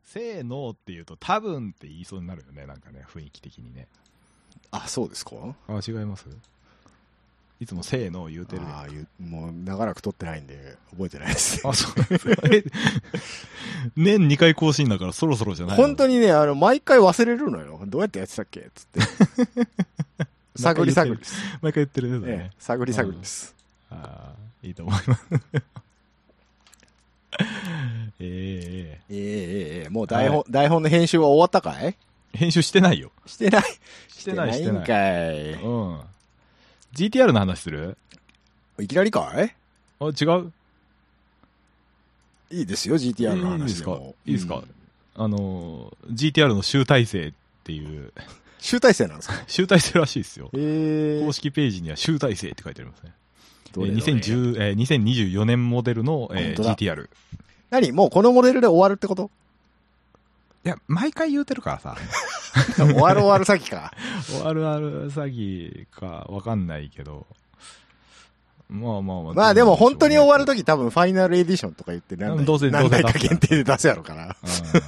せーのって言うと多分って言いそうになるよね、なんかね、雰囲気的にね。 あ、そうですか。 あ、違います。いつもせーのを言うてる。 ああ、もう長らく撮ってないんで覚えてないです。 あ、そう。年2回更新だからそろそろじゃないの。 本当にね、毎回忘れるのよ。どうやってやってたっけつって。探り探りです。 毎回言ってるね。 探り探りです。 ああ、いいと思います。 もう台本の編集は終わったかい？ 編集してないよ。 してない。 してないんかい。 うん。GTR の話する？ いきなりかい？ あ、違う？ いいですよ、GTR の話でも。 いいですか、GTR の集大成っていう。 集大成なんですか？ 集大成らしいですよ。公式ページには集大成って書いてありますね。2024年モデルの、GTR。 何？もうこのモデルで終わるってこと？ いや、毎回言うてるからさ。 終わる詐欺か。 終わる詐欺かわかんないけど。まあでも本当に終わるとき多分ファイナルエディションとか言って何台か限定で出すやろから。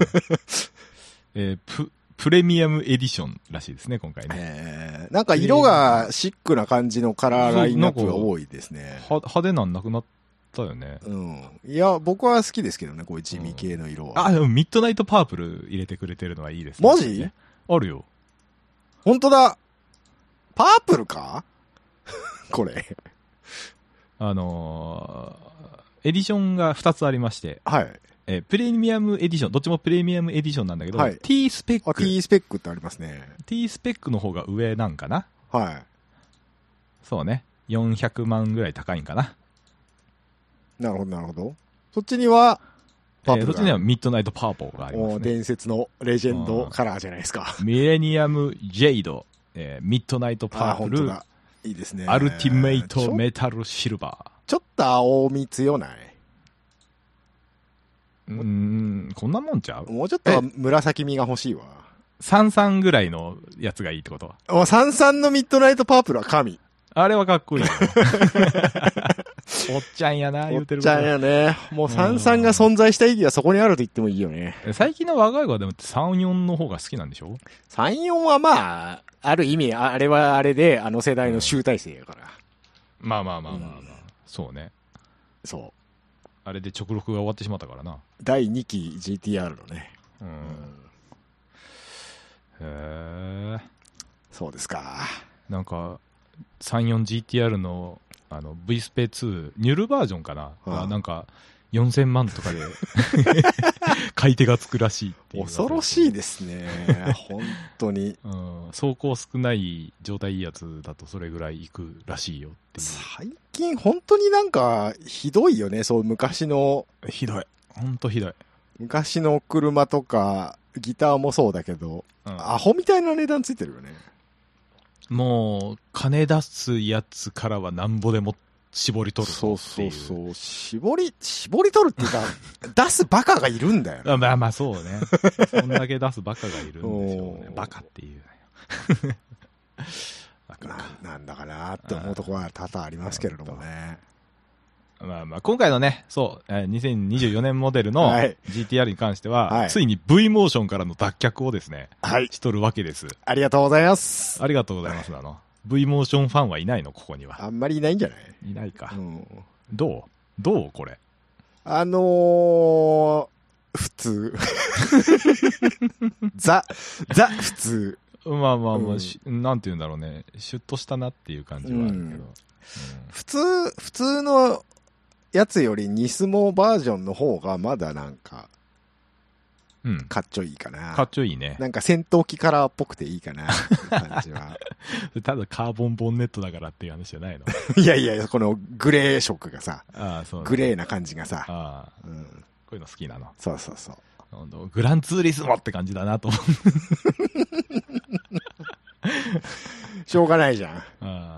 プレミアムエディションらしいですね、今回ね。 なんか色がシックな感じのカラーラインナップが多いですね。 派手なんなくなったよね。 うん。いや、僕は好きですけどね、こういう地味系の色は。 あ、でもミッドナイトパープル入れてくれてるのはいいですね。 マジ？ あるよ。 本当だ。パープルか？これ。 エディションが2つありまして。 はい。 プレミアムエディション、どっちもプレミアムエディションなんだけど、はい、T スペック。 T スペックってありますね。 T スペックの方が上なんかな？ はい。 そうね。400万ぐらい高いんかな。 なるほど、なるほど。そっちには、 そっちにはミッドナイトパーポーがありますね。 伝説のレジェンドカラーじゃないですか。 ミレニアムジェイド、ミッドナイトパープル、 いいですね。 アルティメイトメタルシルバー。 ちょっと青み強ない？ こんなもんちゃう？ もうちょっと紫みが欲しいわ。 33ぐらいのやつがいいってこと？ 33のミッドナイトパープルは神。 あれはかっこいい。おっちゃんやな、言うてること。 おっちゃんやね。もう33が存在した意義はそこにあると言ってもいいよね。 最近の若い子はでも34の方が好きなんでしょ？ 34 はまあ、ある意味、あれはあれで、あの世代の集大成やから。 まあ。そうね。 そう。 あれで直録が終わってしまったからな。 第2期 GTR のね。 へえ。 そうですか。 なんか、34GTR のV スペ2、ニュルバージョンかな、なんか、4000万とかで買い手がつくらしいっていう。 恐ろしいですね。本当に。 走行少ない状態いいやつだとそれぐらいいくらしいよっていう。 最近本当になんかひどいよね。そう昔の。 ひどい。本当ひどい。 昔の車とかギターもそうだけど、アホみたいな値段ついてるよね。 もう金出すやつからはなんぼでも絞り取るっていう。 そう絞り取るっていうか出すバカがいるんだよ、 ね、まあそうね。そんだけ出すバカがいるんでしょうね。バカっていうなんだかなって思うところは多々ありますけれどもね。 まあ今回のね、2024年モデルの GTR に関しては、ついに V モーションからの脱却をですね、しとるわけです。 ありがとうございます。 ありがとうございます。V モーションファンはいないの？ここには。 あんまりいないんじゃない？ いないか。どうこれ。 普通。ザ普通。 まあ、なんて言うんだろうね。シュッとしたなっていう感じはあるけど。 普通のやつよりニスモバージョンの方がまだなんか、かっちょいいかな。 かっちょいいね。 なんか戦闘機カラーっぽくていいかなっていう感じは。 ただカーボンボンネットだからっていう話じゃないの？ いや、このグレー色がさ、グレーな感じがさ、 こういうの好きなの。 そう。 グランツーリスモって感じだなと思う。 しょうがないじゃん。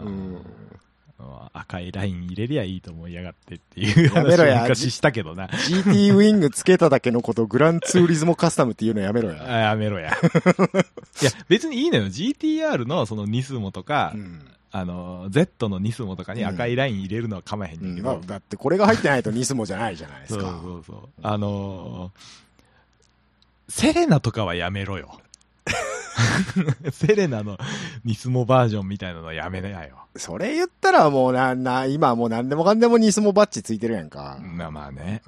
赤いライン入れりゃいいと思いやがってっていう話を昔したけどな。 GT ウィングつけただけのことをグランツーリズモカスタムっていうのやめろや。 やめろや。いや、別にいいのよ。GTR のそのニスモとか、Z のニスモとかに赤いライン入れるのは構えへんねんけど。 だってこれが入ってないとニスモじゃないじゃないですか。 そう。 セレナとかはやめろよ。セレナのニスモバージョンみたいなのやめなよ。 それ言ったらもう今もう何でもかんでもニスモバッジついてるやんか。 まあね。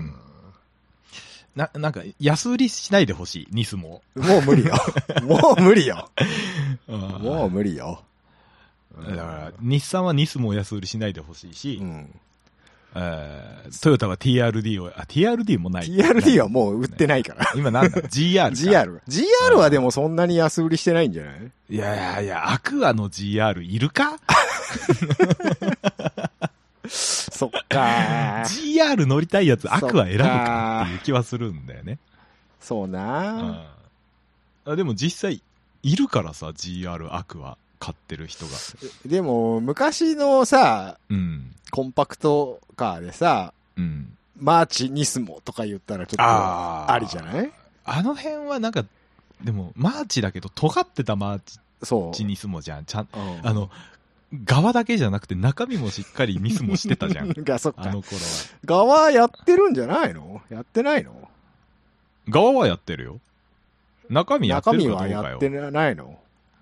なんか、安売りしないでほしい、ニスモ。 もう無理よ。もう無理よ。もう無理よ。 だから、日産はニスモを安売りしないでほしいし、トヨタは TRD を、TRD もない。 TRD はもう売ってないから。 今なんだ ?GR。GR はでもそんなに安売りしてないんじゃない？ いや、アクアの GR いるかそっか GR 乗りたいやつアクア選ぶかっていう気はするんだよね。 そうなでも実際いるからさ、GR アクア買ってる人が。 でも昔のさ、 うん、 コンパクトカーでさ、 うん、 マーチニスモとか言ったらちょっとありじゃない？ あの辺はなんか、でもマーチだけど尖ってたマーチニスモじゃん。側だけじゃなくて中身もしっかりニスモしてたじゃん。 そっか。 あの頃は。 側やってるんじゃないの？やってないの？ 側はやってるよ。中身やってるかどうかよ。 中身はやってないの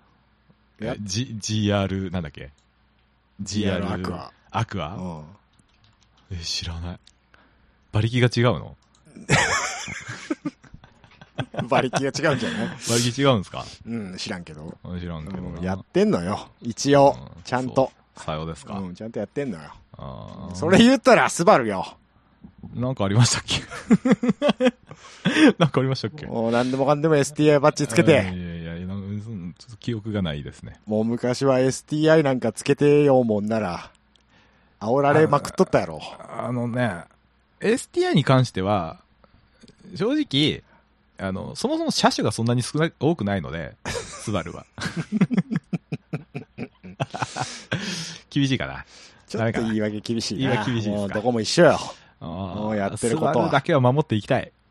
？GR なんだっけ？ GR アクア？知らない。馬力が違うの？ 馬力が違うんじゃない？ 馬力違うんですか？ 知らんけど。 知らんけど。 やってんのよ。一応。ちゃんと。 さようですか。 ちゃんとやってんのよ。それ言ったらスバルよ。 なんかありましたっけ？なんかありましたっけ？ もう何でもかんでも STI バッジつけて。 いや、ちょっと記憶がないですね。 もう昔は STI なんかつけてよもんなら、煽られまくっとったやろ。 STI に関しては、正直、そもそも車種がそんなに多くないので、スバルは。厳しいかな。 ちょっと言い訳厳しいな。 言い訳厳しいですか。 もうどこも一緒よ。もうやってることは。 スバルだけは守っていきたい。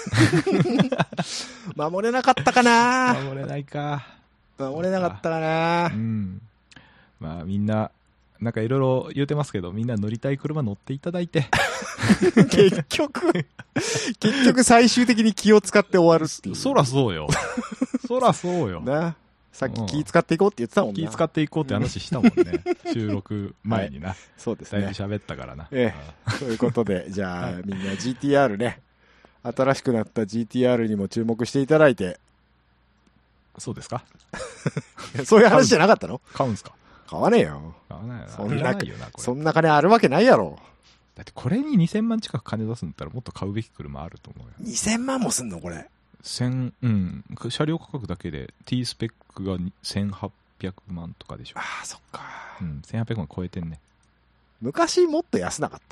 守れなかったかな？ 守れないか。 守れなかったかな？ まあみんな、なんかいろいろ言うてますけど、みんな乗りたい車乗っていただいて。 結局最終的に気を使って終わるっていう。 そらそうよ。そらそうよ。 な。さっき気使っていこうって言ってたもんな。 気使っていこうって話したもんね。収録前にな。はい、 そうですね。 だいぶ喋ったからな。 ということで、じゃあ、みんな GTR ね。新しくなった GTR にも注目していただいて。 そうですか？ そういう話じゃなかったの？ 買うんすか？ 買わねえよ。 買わないよな。 そんな金あるわけないやろ。 だってこれに2000万近く金出すんだったらもっと買うべき車あると思うよ。 2000万もすんのこれ。 車両価格だけで T スペックが1800万とかでしょ。 ああ、そっか。 1800万超えてんね。 昔もっと安なかった？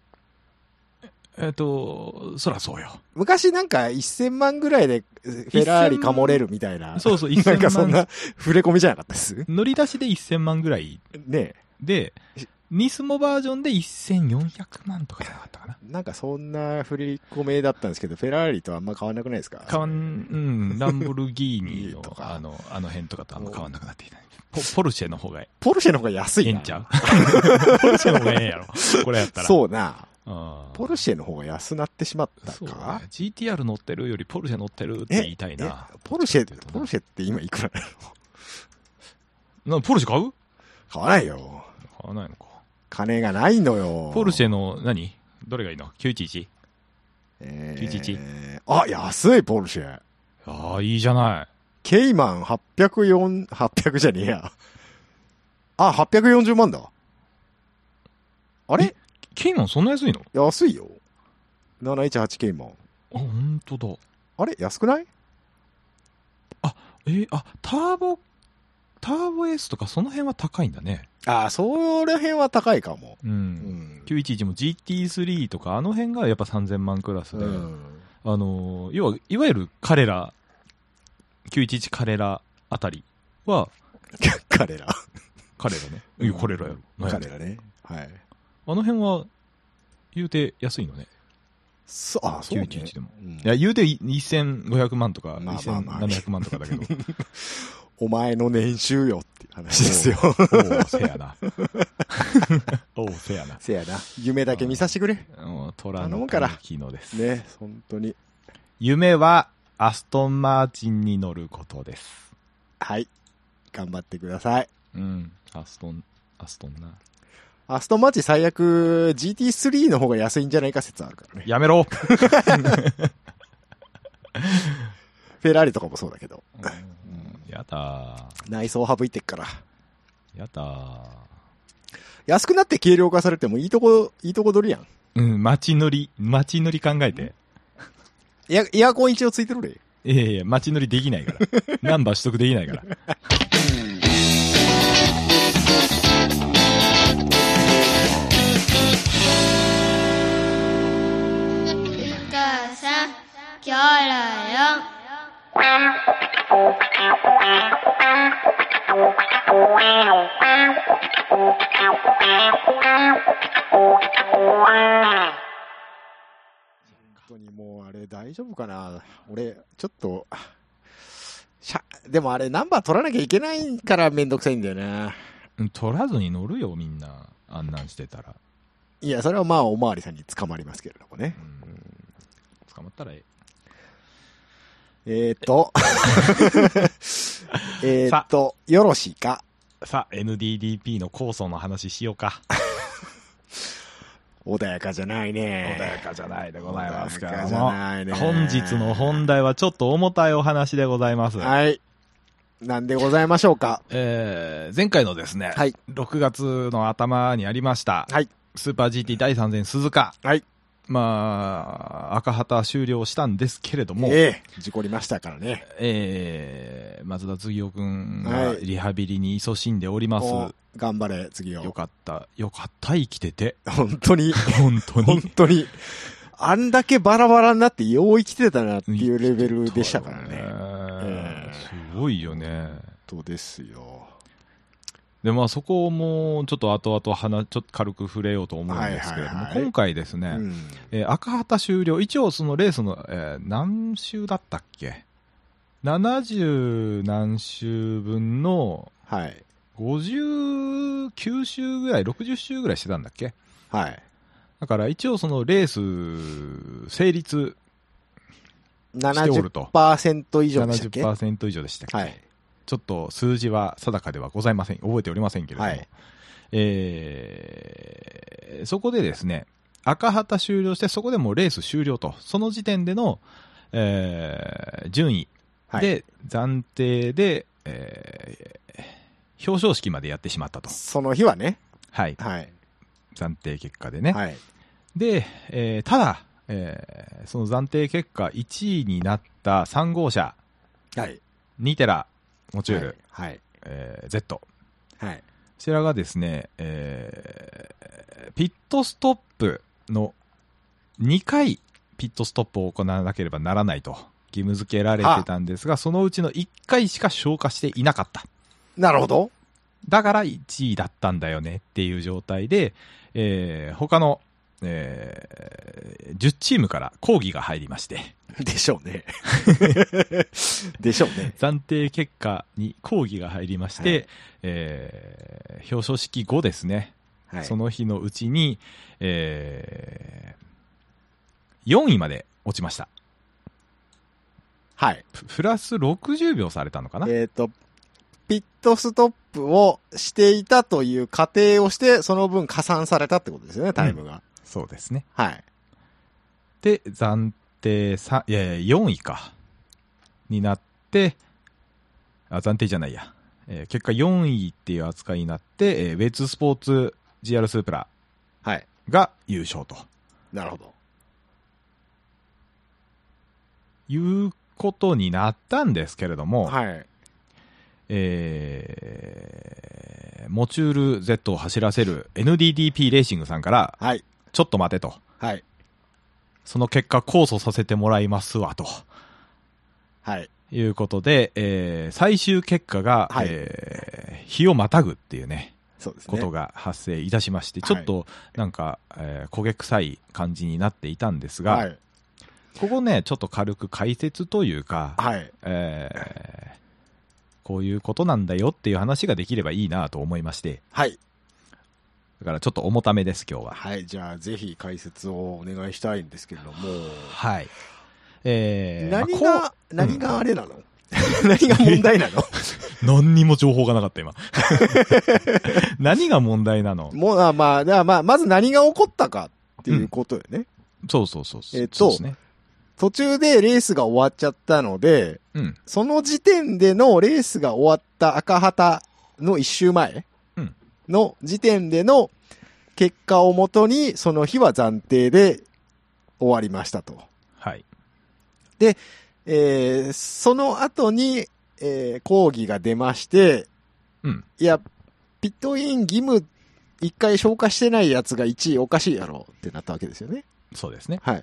そらそうよ。 昔なんか1000万ぐらいでフェラーリかもれるみたいな。 そう、1000万。 なんかそんな触れ込みじゃなかったです。 乗り出しで1000万ぐらい。 ねで、ニスモバージョンで1400万とかじゃなかったかな。 なんかそんな振り込めだったんですけど、フェラーリとあんま変わんなくないですか？ ランボルギーニのあの辺とかとあんま変わんなくなってきた。ポルシェの方が安いな。 ええんちゃう？ポルシェの方がええんやろ。これやったら。 そうな。ポルシェの方が安なってしまったか？ GTR 乗ってるよりポルシェ乗ってるって言いたいな。 ポルシェって今いくらなの？ポルシェ買う？ 買わないよ。 買わないのか。 金がないのよ。 ポルシェのどれがいいの？ 911？ 911？ あ、安い、ポルシェ。 ああ、いいじゃない。 ケイマン800じゃねえや。あ、840万だ。あれ？ ケイマンそんな安いの？ 安いよ。718ケイマン。 あ、ほんとだ。 あれ？安くない？ ターボ S とかその辺は高いんだね。 ああ、その辺は高いかも。 911も GT3 とかあの辺がやっぱ3000万クラスで、いわゆる彼ら、911彼らあたりは、 彼らね。 彼らやろ。 彼らね。はい。 あの辺は、言うて安いのね。 そうね。 911でも。いや、言うて1500万とか、1700万とかだけど。 お前の年収よって話ですよ。 せやな。せやな。 夢だけ見させてくれ。 虎の機能です。 ね、本当に。 夢は、 アストンマーチンに乗ることです。 はい。頑張ってください。 うん。アストンな。 アストンマーチン最悪 GT3 の方が安いんじゃないか説あるからね。 やめろフェラーリとかもそうだけど。 やだ内装省いてっから。 やだ安くなって軽量化されてもいいとこ取りやん。 うん、街乗り考えて。 エアコン一応ついてるで。 いや、街乗りできないから。ナンバー取得できないから。 母さん、今日だよ。 本当にもうあれ大丈夫かな。俺、ちょっと、でもあれナンバー取らなきゃいけないからめんどくさいんだよな。 取らずに乗るよ、みんな。あんなんしてたら。 いや、それはまあおまわりさんに捕まりますけれどもね。 捕まったらよろしいか。 さあ、NDDP の構想の話しようか。 穏やかじゃないね。 穏やかじゃないでございますけども。 穏やかじゃないね。 本日の本題はちょっと重たいお話でございます。 はい。なんでございましょうか。 前回のですね、 はい、 6月の頭にありました、 はい、 スーパー GT 第3戦鈴鹿。 はい。 まあ、赤旗終了したんですけれども。 事故りましたからね。 松田次夫君がリハビリに勤しんでおります。 頑張れ、次を。 よかった、生きてて。 本当に。 本当に。 あんだけバラバラになってよう生きてたなっていうレベルでしたからね。 すごいよね。 そうですよ。 で、まあそこもちょっと後々ちょっと軽く触れようと思うんですけれども、今回ですね、赤旗終了、一応そのレースの、何周だったっけ ?70 何周分の、59周ぐらい、60周ぐらいしてたんだっけ。 はい。 だから一応そのレース成立しておると。 70% 以上でしたっけ？ 70% 以上でしたっけ？はい。ちょっと数字は定かではございません。覚えておりませんけれども。はい、そこでですね、赤旗終了して、そこでもうレース終了と。その時点での、順位で、暫定で、表彰式までやってしまったと。 その日はね。 はい。はい。暫定結果でね。はい。で、ただ、その暫定結果1位になった3号車。はい。ニテラ。モチュール、はい、Z、はい、こちらがですね、ピットストップの2回ピットストップを行わなければならないと義務付けられてたんですが、そのうちの1回しか消化していなかった。 なるほど。 だから1位だったんだよねっていう状態で、他の、10チームから抗議が入りまして。 でしょうね。でしょうね。 暫定結果に抗議が入りまして、はい、表彰式後ですね、はい、その日のうちに、4位まで落ちました。はい。プラス60秒されたのかな？ ピットストップをしていたという仮定をして、その分加算されたってことですよね、タイムが。 そうですね。 はい。 で、4位か。になって、暫定じゃないや。結果4位っていう扱いになって、ウェッツスポーツ GR スープラが優勝と。 なるほど。 いうことになったんですけれども、 はい。 モチュール Z を走らせる NDDP レーシングさんから、はい、ちょっと待てと。はい。その結果控訴させてもらいますわと。はい。いうことで、最終結果が、はい、日をまたぐっていうね。そうですね。ことが発生いたしまして、ちょっとなんか、焦げ臭い感じになっていたんですが、はい、ここね、ちょっと軽く解説というか、はい。こういうことなんだよっていう話ができればいいなと思いまして。はい。だからちょっと重ためです、今日は。 はい。じゃあ、ぜひ解説をお願いしたいんですけれども。 はい。 何があれなの何が問題なの何にも情報がなかった今。何が問題なのまず何が起こったかっていうことよね。 そうそう。そうですね。 途中でレースが終わっちゃったので、その時点でのレースが終わった赤旗の1周前の時点での結果をもとに、その日は暫定で終わりましたと。 はい。 で、その後に、抗議が出まして、いや、ピットイン義務一回消化してないやつが1位おかしいやろってなったわけですよね。 そうですね。 はい。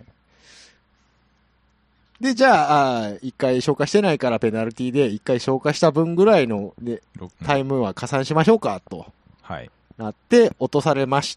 で、じゃあ、一回消化してないからペナルティで一回消化した分ぐらいのでタイムは加算しましょうかと。 はい。 なって落とされました。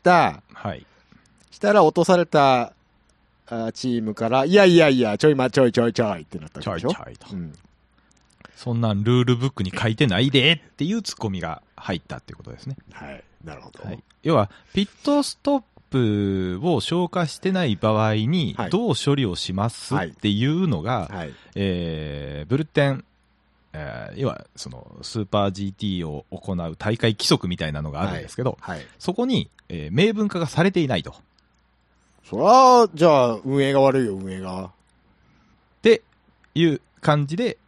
はい。 したら落とされたチームから、いや、ちょいってなったわけでしょ。ちょいと。 そんなんルールブックに書いてないでっていうツッコミが入ったっていうことですね。 はい。なるほど。 はい、要は、ピットストップを消化してない場合に、どう処理をしますっていうのが、ブルテン、要は、その、スーパー GT を行う大会規則みたいなのがあるんですけど、そこに、明文化がされていないと。 そら、じゃあ、運営が悪いよ、運営が。 っていう感じで、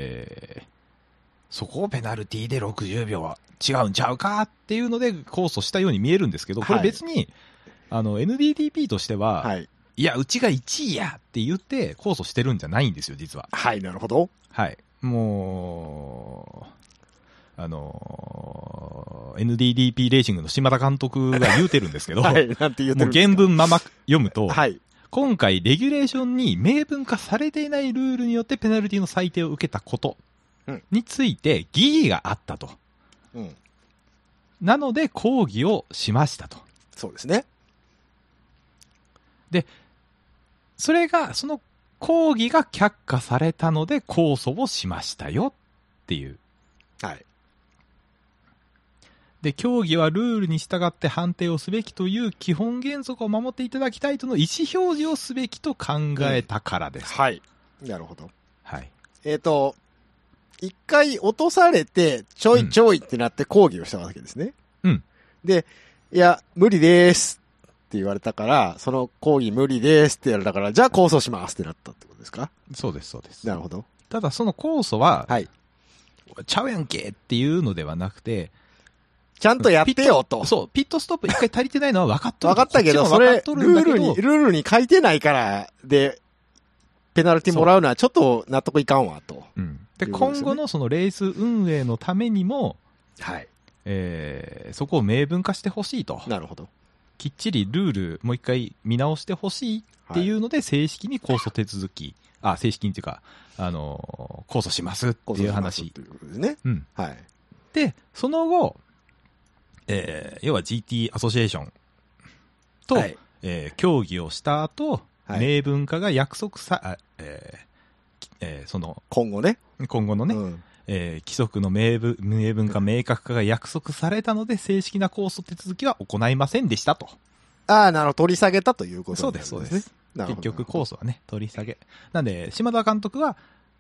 そこをペナルティで60秒は違うんちゃうかっていうので控訴したように見えるんですけど、これ別に、NDTP としては、いや、うちが1位やって言って控訴してるんじゃないんですよ、実は。 はい、なるほど。 はい。もう、NDDP レーシングの島田監督が言うてるんですけど、 はい、なんて言うてるんですか。 もう原文まま読むと、今回レギュレーションに明文化されていないルールによってペナルティの裁定を受けたことについて疑義があったと。なので抗議をしましたと。 そうですね。 で、その抗議が却下されたので控訴をしましたよっていう。 はい。 で、競技はルールに従って判定をすべきという基本原則を守っていただきたいとの意思表示をすべきと考えたからです。 はい。なるほど。 はい。 一回落とされて、ちょいってなって抗議をしたわけですね。で、いや、無理ですって言われたから、その抗議無理ですって言われたから、じゃあ控訴しますってなったってことですか？ そうです、そうです。 なるほど。 ただその控訴は、ちゃうやんけっていうのではなくて、 ちゃんとやってよと。 そう、ピットストップ一回足りてないのは分かっとる。 分かったけど、それ、ルールに書いてないからで、ペナルティもらうのはちょっと納得いかんわと。 で、今後のそのレース運営のためにも、そこを明文化してほしいと。 なるほど。 きっちりルールもう一回見直してほしいっていうので、正式に控訴手続き、正式にっていうか、控訴しますっていう話。 ということですね。はい。 で、その後、要は GT アソシエーションと、協議をした後、明文化が約束その、 今後のね、規則の明文化、明確化が約束されたので、正式な控訴手続きは行いませんでしたと。 なるほど。取り下げたということですね。 そうです、そうです。結局控訴はね、取り下げ。なんで、島田監督は、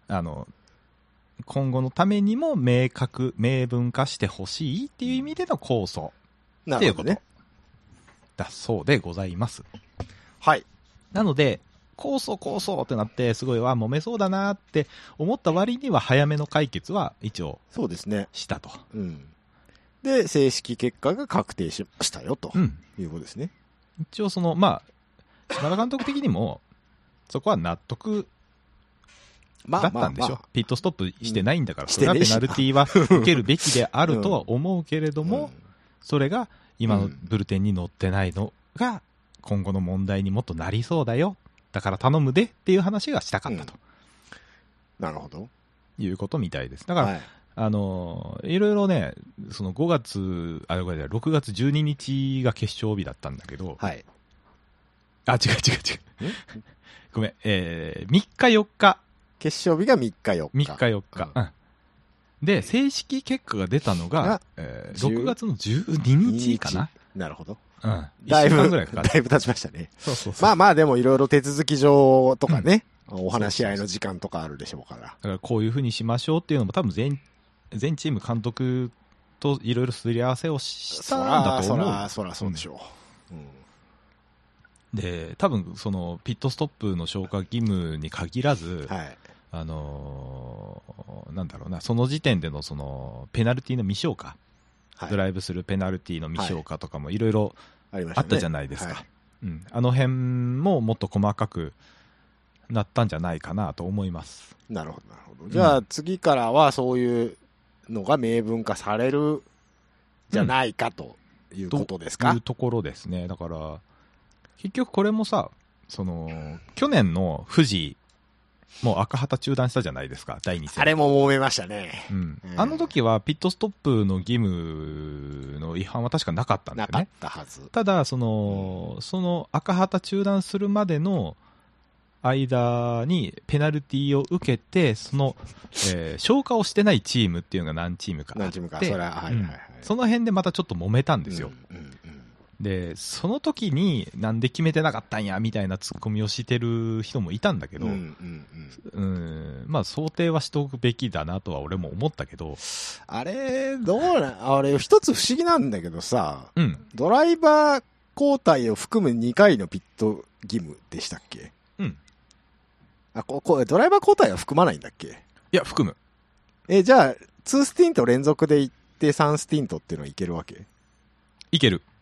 今後のためにも明文化してほしいっていう意味での控訴っていうことだそうでございます。 はい。 なので、控訴ってなって、すごい揉めそうだなって思った割には早めの解決は一応そうですね。 したと。 で、正式結果が確定しましたよということですね。 一応島田監督的にもそこは納得だったんでしょ。ピットストップしてないんだから、それはペナルティは受けるべきであるとは思うけれども、それが今のブルテンに載ってないのが今後の問題にもっとなりそうだよ。だから頼むでっていう話がしたかったと。 なるほど。 いうことみたいです。だから、いろいろね、その6月12日が決勝日だったんだけど、違う。ごめん、3日4日。 決勝日が3日4日。 3日4日。で、正式結果が出たのが、6月の12日かな。 なるほど。 だいぶ経ちましたね。 そう。 でもいろいろ手続き上とかね、 お話し合いの時間とかあるでしょうから。だからこういうふうにしましょうっていうのも多分全チーム監督といろいろすり合わせをしたんだと思う。 そらそうでしょう。 で、多分そのピットストップの消化義務に限らず、 はい、 なんだろうな、その時点でのそのペナルティの未消化、はい、ドライブするペナルティの未消化とかもいろいろあったじゃないですか。あの辺ももっと細かくなったんじゃないかなと思います。 なるほど、なるほど。じゃあ次からはそういうのが明文化されるじゃないかということですか？ というところですね。だから結局これもさ、その去年の富士もう赤旗中断したじゃないですか、第2戦。 あれも揉めましたね。 あの時はピットストップの義務の違反は確かなかったんだよね。 なかったはず。 ただその赤旗中断するまでの間にペナルティを受けて、その、消化をしてないチームっていうのが何チームかあって、 何チームか、それは、はいはいはい。 その辺でまたちょっと揉めたんですよ。で、その時になんで決めてなかったんやみたいなツッコミをしてる人もいたんだけど、まあ想定はしておくべきだなとは俺も思ったけど、 あれ、あれ一つ不思議なんだけどさ、ドライバー交代を含む2回のピット義務でしたっけ？ドライバー交代は含まないんだっけ？ いや、含む。 じゃあ、2スティント連続で行って3スティントっていうのはいけるわけ？ いける。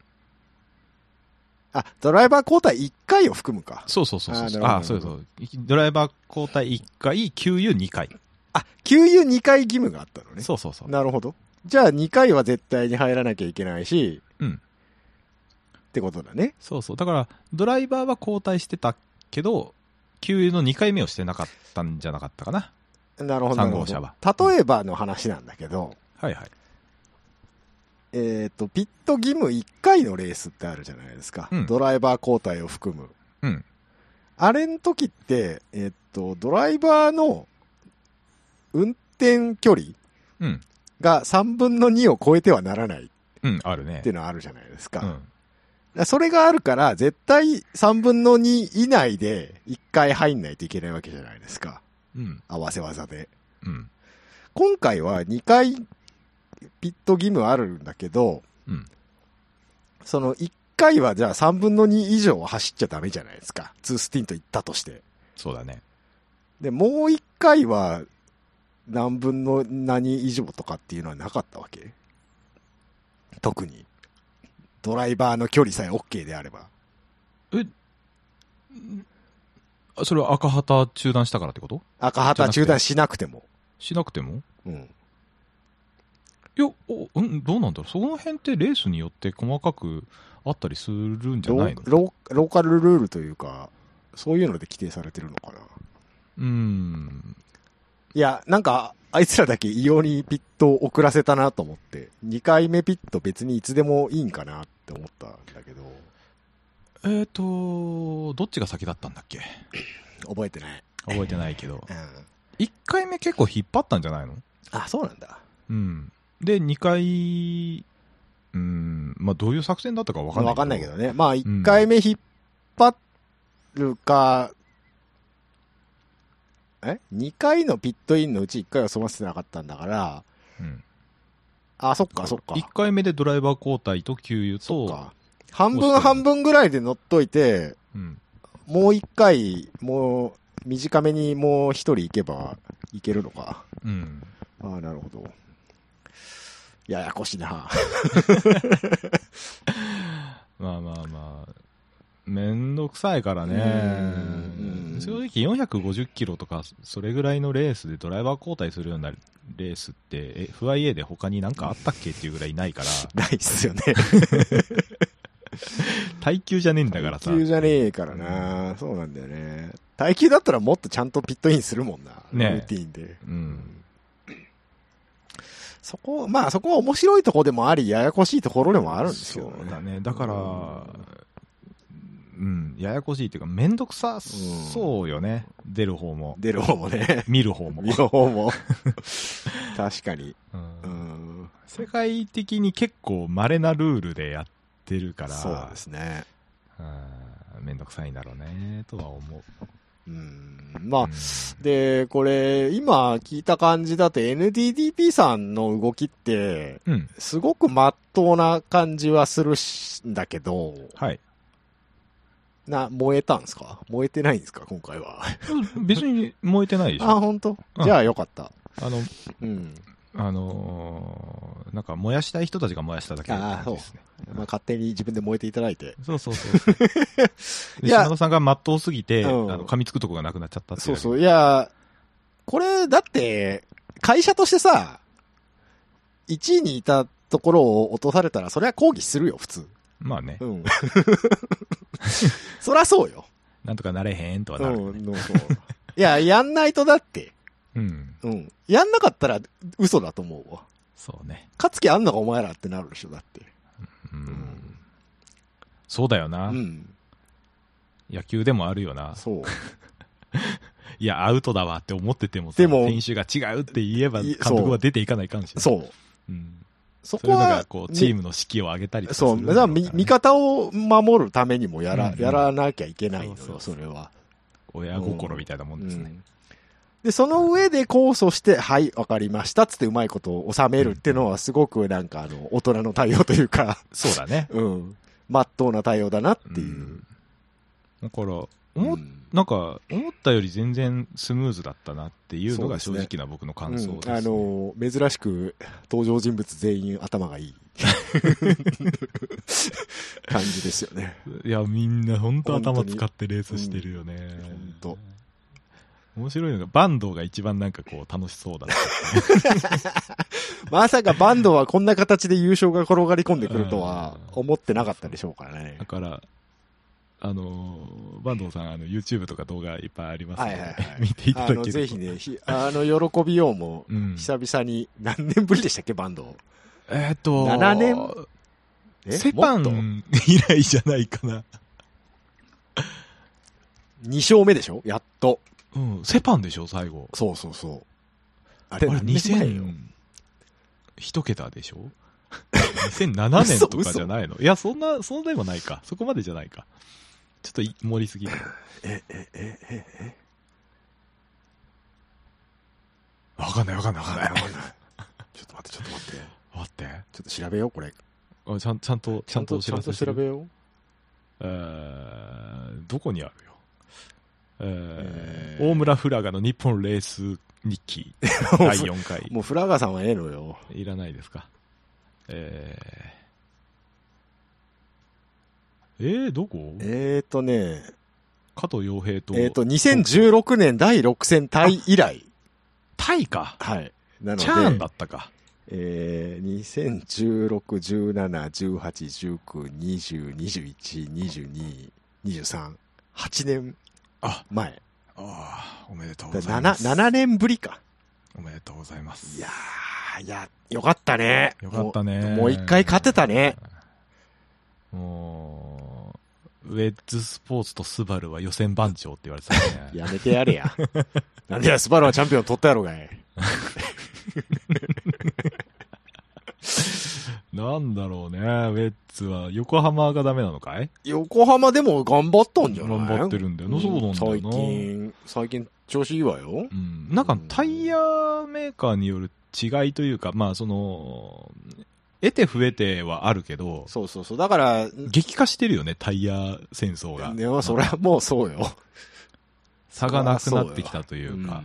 ドライバー交代1回を含むか。 そう。そうそう。ドライバー交代1回、給油2回。 給油2回義務があったのね。 そう。 なるほど。じゃあ2回は絶対に入らなきゃいけないし、ってことだね。 そう。だから、ドライバーは交代してたけど、給油の2回目をしてなかったんじゃなかったかな。 なるほど。 3号車は。 例えばの話なんだけど、 はい。 ピット義務1回のレースってあるじゃないですか。ドライバー交代を含む。あれの時って、ドライバーの運転距離が3分の2を超えてはならない。 あるね。 っていうのはあるじゃないですか。それがあるから、絶対3分の2以内で1回入んないといけないわけじゃないですか。合わせ技で。今回は2回ピット義務あるんだけど、その1回はじゃあ3分の2以上は走っちゃダメじゃないですか。2スティント行ったとして。 そうだね。 で、もう1回は何分の何以上とかっていうのはなかったわけ？特に。ドライバーの距離さえ OK であれば。 それは赤旗中断したからってこと？ 赤旗中断しなくても。 しなくても？いや、どうなんだろう。その辺ってレースによって細かくあったりするんじゃないの？ ローカルルールというか、そういうので規定されてるのかな。いや、なんか、あいつらだけ異様にピットを遅らせたなと思って、2回目ピット別にいつでもいいんかなって思ったんだけど。どっちが先だったんだっけ？ 覚えてない。 覚えてないけど。1回目結構引っ張ったんじゃないの？ そうなんだ。 で、2回、まあどういう作戦だったか分かんないけど。 分かんないけどね。まあ1回目引っ張るか、2回のピットインのうち1回は済ませてなかったんだから、そっか。 1回目でドライバー交代と給油と、 半分ぐらいで乗っといて、もう1回、もう短めにもう1人行けばいけるのか。なるほど。ややこしいな。 まあ。めんどくさいからね。正直450キロとか、それぐらいのレースでドライバー交代するようなレースって、FIA で他になんかあったっけっていうぐらいないから。 ないっすよね。 耐久じゃねえんだからさ。 耐久じゃねえからな。そうなんだよね。耐久だったらもっとちゃんとピットインするもんな。ルーティーンで。そこは面白いところでもあり、ややこしいところでもあるんですよね。 そうだね。だから、ややこしいっていうか、めんどくさそうよね。出る方もね。 見る方も。 確かに。 世界的に結構稀なルールでやってるから。 そうですね。 めんどくさいんだろうね、とは思う。 まあ、で、これ、今聞いた感じだと NDDP さんの動きって、すごく真っ当な感じはするんだけど、 はい。 燃えたんですか？燃えてないんですか今回は。 別に燃えてないでしょ。 あ、本当？じゃあよかった。 なんか燃やしたい人たちが燃やしただけですね。 まあ、勝手に自分で燃えていただいて。 そう。島田さんが真っ当すぎて、噛みつくとこがなくなっちゃったっていう。 そう。いや、これ、だって、会社としてさ、1位にいたところを落とされたら、それは抗議するよ、普通。 まあね。 そりゃそうよ。 なんとかなれへんとはなる、ね。 いや、やんないとだって。やんなかったら嘘だと思うわ。 そうね。 勝つ気あんのかお前らってなるでしょ、だって。 そうだよな。野球でもあるよな。 そう。 いや、アウトだわって思っててもさ、選手が違うって言えば監督は出ていかないかもしれない。 そう。 そこは、そういうのがこう、チームの士気を上げたりとかする、ね。 そう。だから味方を守るためにもやらなきゃいけないのよ、それは。 親心みたいなもんですね。 で、その上で控訴して、はい、わかりましたつってうまいことを収めるっていうのはすごくなんか大人の対応というか。 そうだね。 まっとうな対応だなっていう。 だから、なんか、思ったより全然スムーズだったなっていうのが正直な僕の感想です、 ね。珍しく登場人物全員頭がいい感じですよね。 いや、みんな本当頭使ってレースしてるよね。 本当。 面白いのが、バンドが一番なんかこう楽しそうだった。 まさかバンドはこんな形で優勝が転がり込んでくるとは思ってなかったでしょうからね。 だから、バンドさん、YouTube とか動画いっぱいありますので、見ていただけると。 ぜひね、喜びようも、久々に、何年ぶりでしたっけ、バンド。7年セパン以来じゃないかな。 2勝目でしょやっと。 セパンでしょ最後。 そう。 あれ2000、一桁でしょ2007年とかじゃないのいや、そんでもないか。そこまでじゃないか。ちょっと盛りすぎる。わかんない。ちょっと待って。待って。 ちょっと調べよう、これ。 ちゃんとお知らせする。 調べよう。 どこにあるよ。大村フラガの日本レース日記第4回。 もうフラガさんはええのよ。 いらないですか。どこ？ 加藤洋平と。 2016年第6戦タイ以来。 タイか。 はい。 なので。チャーンだったか。 2016、17、18、19、20、21、22、23。8年前。 おめでとうございます。 7年ぶりか。 おめでとうございます。 いや、よかったね。 もう一回勝てたね。 もう、ウェッズスポーツとスバルは予選番長って言われてたね。 やめてやれや。なんでや、スバルはチャンピオン取ったやろがい。 なんだろうね、ウェッズは。横浜がダメなのかい？ 横浜でも頑張ったんじゃない？ 頑張ってるんだよな、そうなんだよな。 最近調子いいわよ。 なんかタイヤメーカーによる違いというか、まあ得て増えてはあるけど。 そう。だから、 激化してるよね、タイヤ戦争が。 でもそれはもうそうよ。 差がなくなってきたというか。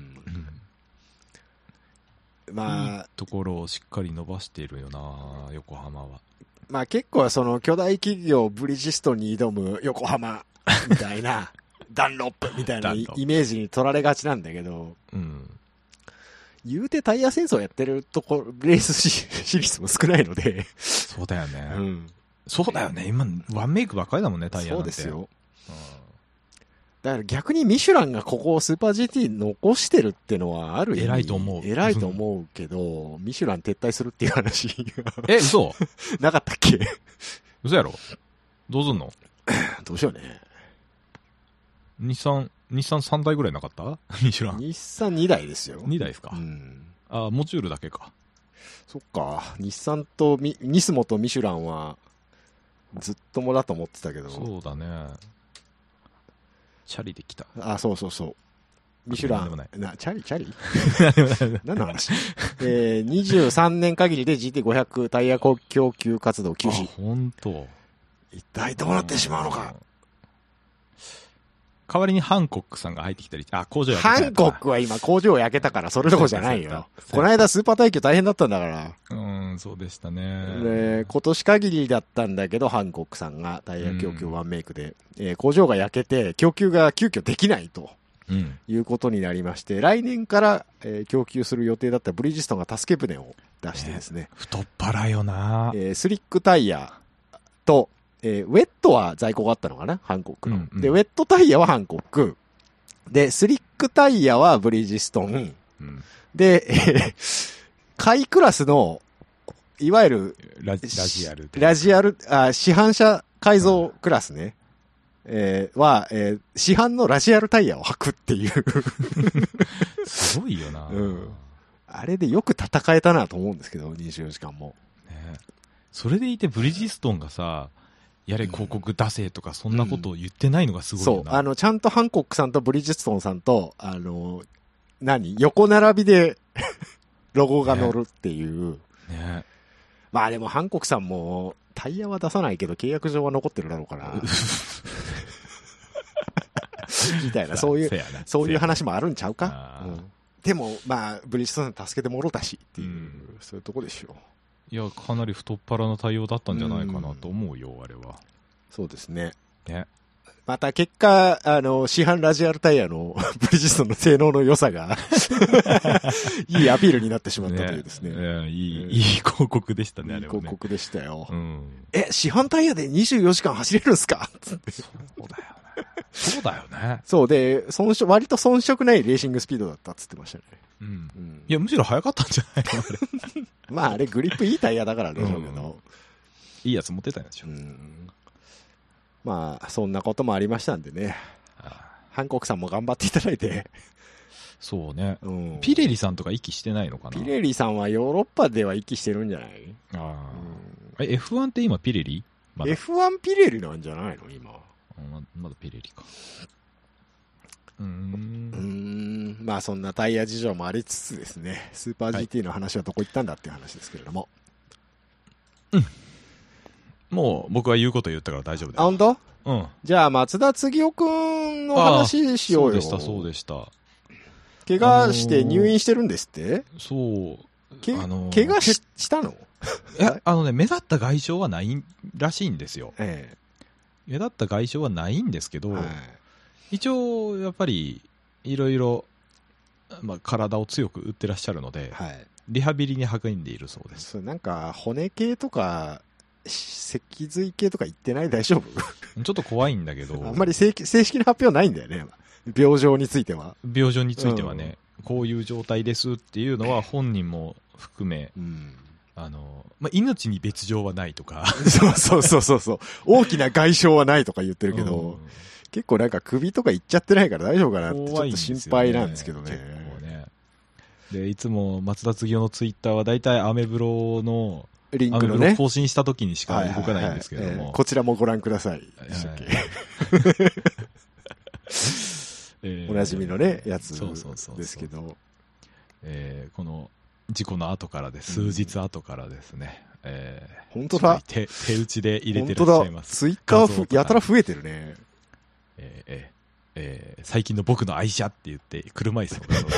まあ。 いいところをしっかり伸ばしているよな、横浜は。 まあ結構巨大企業ブリヂストンに挑む横浜みたいな、ダンロップみたいなイメージに取られがちなんだけど、言うてタイヤ戦争やってるところ、レースシリーズも少ないので。 そうだよね。そうだよね。今、ワンメイクばっかりだもんね、タイヤなんて。 そうですよ。だから逆にミシュランがここをスーパー GT 残してるってのはある意味。 偉いと思う。 偉いと思うけど、ミシュラン撤退するっていう話が。 嘘なかったっけ？ 嘘やろ？どうすんの？ どうしようね。 日産3台ぐらいなかったミシュラン。 日産2台ですよ。 2台ですか。モチュールだけか。 そっか。日産とニスモとミシュランはずっともだと思ってたけど。 そうだね。 チャリで来た。 あ、そうそうそう。ミシュラン。チャリ何の話23年限りで GT500 タイヤ供給活動休止。 本当。 一体どうなってしまうのか。 代わりにハンコックさんが入ってきたり、工場焼けた。ハンコックは今工場焼けたからそれどころじゃないよ。この間スーパー耐久大変だったんだから。 そうでしたね。 今年限りだったんだけど、ハンコックさんがタイヤ供給ワンメイクで、工場が焼けて供給が急遽できないと。いうことになりまして、来年から、供給する予定だったブリヂストンが助け舟を出してですね。 太っ腹よな、 スリックタイヤと、ウェットは在庫があったのかなハンコックの。で、ウェットタイヤはハンコック。で、スリックタイヤはブリヂストン。で、下位クラスの、いわゆる、 ラジアル。 市販車改造クラスね。は、市販のラジアルタイヤを履くっていうすごいよな、 あれでよく戦えたなと思うんですけど、24時間も。 ね、それでいてブリヂストンがさ、やれ広告出せとかそんなことを言ってないのがすごいよな。 そう、ちゃんとハンコックさんとブリヂストンさんと、横並びでロゴが載るっていう。ね。まあでもハンコックさんも、タイヤは出さないけど契約上は残ってるだろうから。みたいな、そういう話もあるんちゃうか、でも、まあ、ブリヂストン助けてもろたしっていう、そういうとこでしょう。いや、かなり太っ腹な対応だったんじゃないかなと思うよ、あれは。 そうですね。 ね。 また結果、市販ラジアルタイヤのブリヂストンの性能の良さがいいアピールになってしまったというですね。 いい広告でしたね、あれはね。 いい広告でしたよ。市販タイヤで24時間走れるんすかそうだよね。そうだよね。 そうで、割と遜色ないレーシングスピードだったっつってましたね。 いや、むしろ速かったんじゃないのあれ。 まあ、あれグリップいいタイヤだからでしょうけど。 いいやつ持ってたんでしょ。 まあ、そんなこともありましたんでね。ハンコックさんも頑張っていただいて。 そうね。ピレリさんとか息してないのかな。 ピレリさんはヨーロッパでは息してるんじゃない？ F1 って今ピレリ？ F1 ピレリなんじゃないの今。 まだピレリか。 まあそんなタイヤ事情もありつつですね、スーパー GT の話はどこ行ったんだっていう話ですけれども。 もう僕は言うこと言ったから大丈夫だよ。 本当？じゃあ松田継夫くんの話しようよ。 そうでした。 怪我して入院してるんですって？ そう。 怪我したの？ いや、目立った外傷はないらしいんですよ。目立った外傷はないんですけど、一応やっぱりいろいろ体を強く打ってらっしゃるので、リハビリに励んでいるそうです。 なんか骨系とか脊髄系とか言ってない？大丈夫？ ちょっと怖いんだけど。 あんまり正式な発表ないんだよね。病状については。 病状についてはね、こういう状態ですっていうのは本人も含め、命に別状はないとか。 そう。大きな外傷はないとか言ってるけど、結構なんか首とかいっちゃってないから大丈夫かなってちょっと心配なんですけどね。 で、いつも松田継夫のツイッターはだいたいアメブロのリンクのね、 更新した時にしか動かないんですけども、 こちらもご覧ください。おなじみのね、やつですけど、 この事故の後から数日後からですね、 本当だ、 手打ちで入れてらっしゃいます。 ツイッターやたら増えてるね。 最近の僕の愛車って言って車椅子の画像が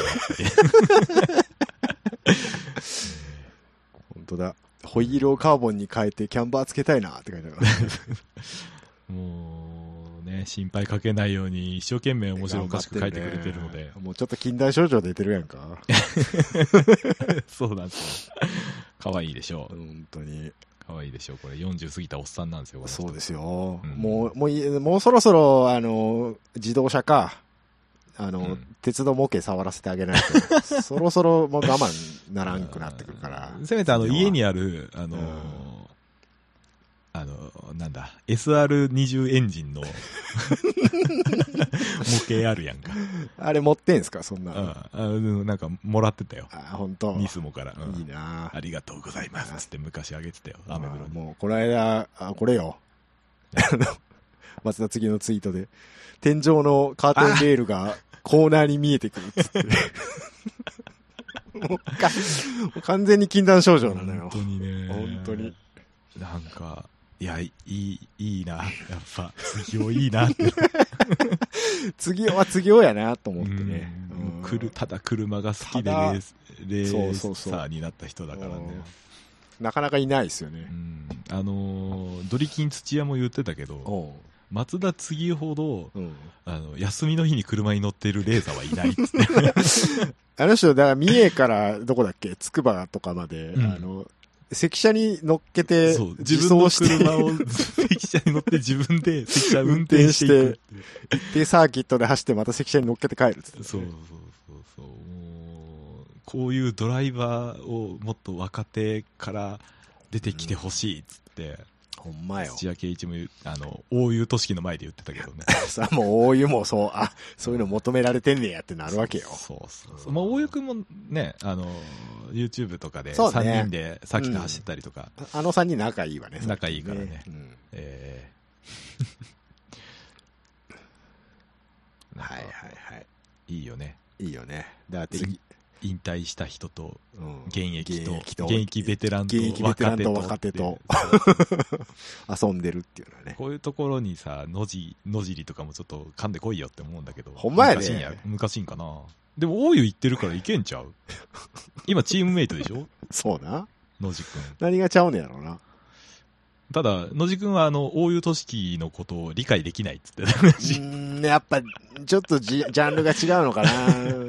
本当だ。ホイールをカーボンに変えてキャンバーつけたいなって書いてある。 もうね、心配かけないように一生懸命面白おかしく書いてくれてるので、 もうちょっと近代症状出てるやんか。 そうなんですよ。可愛いでしょう。 本当に可愛いでしょう。これ40過ぎたおっさんなんですよ。 そうですよ。もうそろそろ自動車か鉄道模型触らせてあげないと、そろそろもう我慢ならんくなってくるから。 せめて家にある、なんだ、SR20 エンジンの模型あるやんか。 あれ持ってんすか、そんな。 なんかもらってたよ。 本当。 ニスモから。 いいな。 ありがとうございますって昔あげてたよ、アメブロに。 もうこの間、これよ。 松田次のツイートで。天井のカーテンレールがコーナーに見えてくるっつって。もう完全に禁断症状なのよ。 本当にね。 本当に。 なんか、いや、いいな。やっぱ、次をいいなって。 次は次をやなと思ってね。 ただ車が好きでレーサーになった人だからね。 なかなかいないですよね。 ドリキン土屋も言ってたけど、松田次ほど、休みの日に車に乗っているレーサーはいないっつって。 あの人、だから三重からどこだっけ、筑波とかまで、関車に乗っけて、 自分の車を関車に乗って自分で関車運転して、 で、サーキットで走ってまた関車に乗っけて帰るっつって、ね。 そう。こういうドライバーをもっと若手から出てきてほしいっつって、 ほんまよ。 土屋圭一も大湯都市の前で言ってたけどね。 さあもう大湯もそういうの求められてんねやってなるわけよ。 そう。まあ大湯くんもね、YouTube とかで3人でサーキット走ったりとか。 3人仲いいわね。 仲いいからね。 はい。 いいよね。 いいよね。だって引退した人と、現役ベテランと若手と遊んでるっていうのはね。 こういうところにさ、野尻とかもちょっと噛んでこいよって思うんだけど。 ほんまやね。 昔んかな。でも大湯行ってるからいけんちゃう今チームメイトでしょ。 そうな。 野地くん。 何がちゃうねやろうな。 ただ、野地くんは大湯都市のことを理解できないっつってた。 やっぱ、ちょっとジャンルが違うのかな。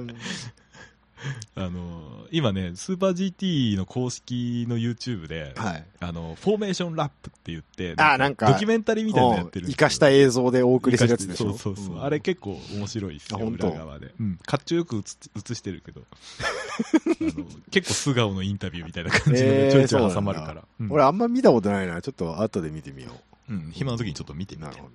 今ね、スーパー GT の公式の YouTube で、フォーメーションラップって言って、なんか、ドキュメンタリーみたいなのやってる。 生かした映像でお送りするやつでしょ。 そう。あれ結構面白いっすよ、裏側で。かっちょよく映してるけど。結構素顔のインタビューみたいな感じでちょいちょい挟まるから。 俺あんま見たことないな。ちょっと後で見てみよう。暇の時にちょっと見てみて。 なるほ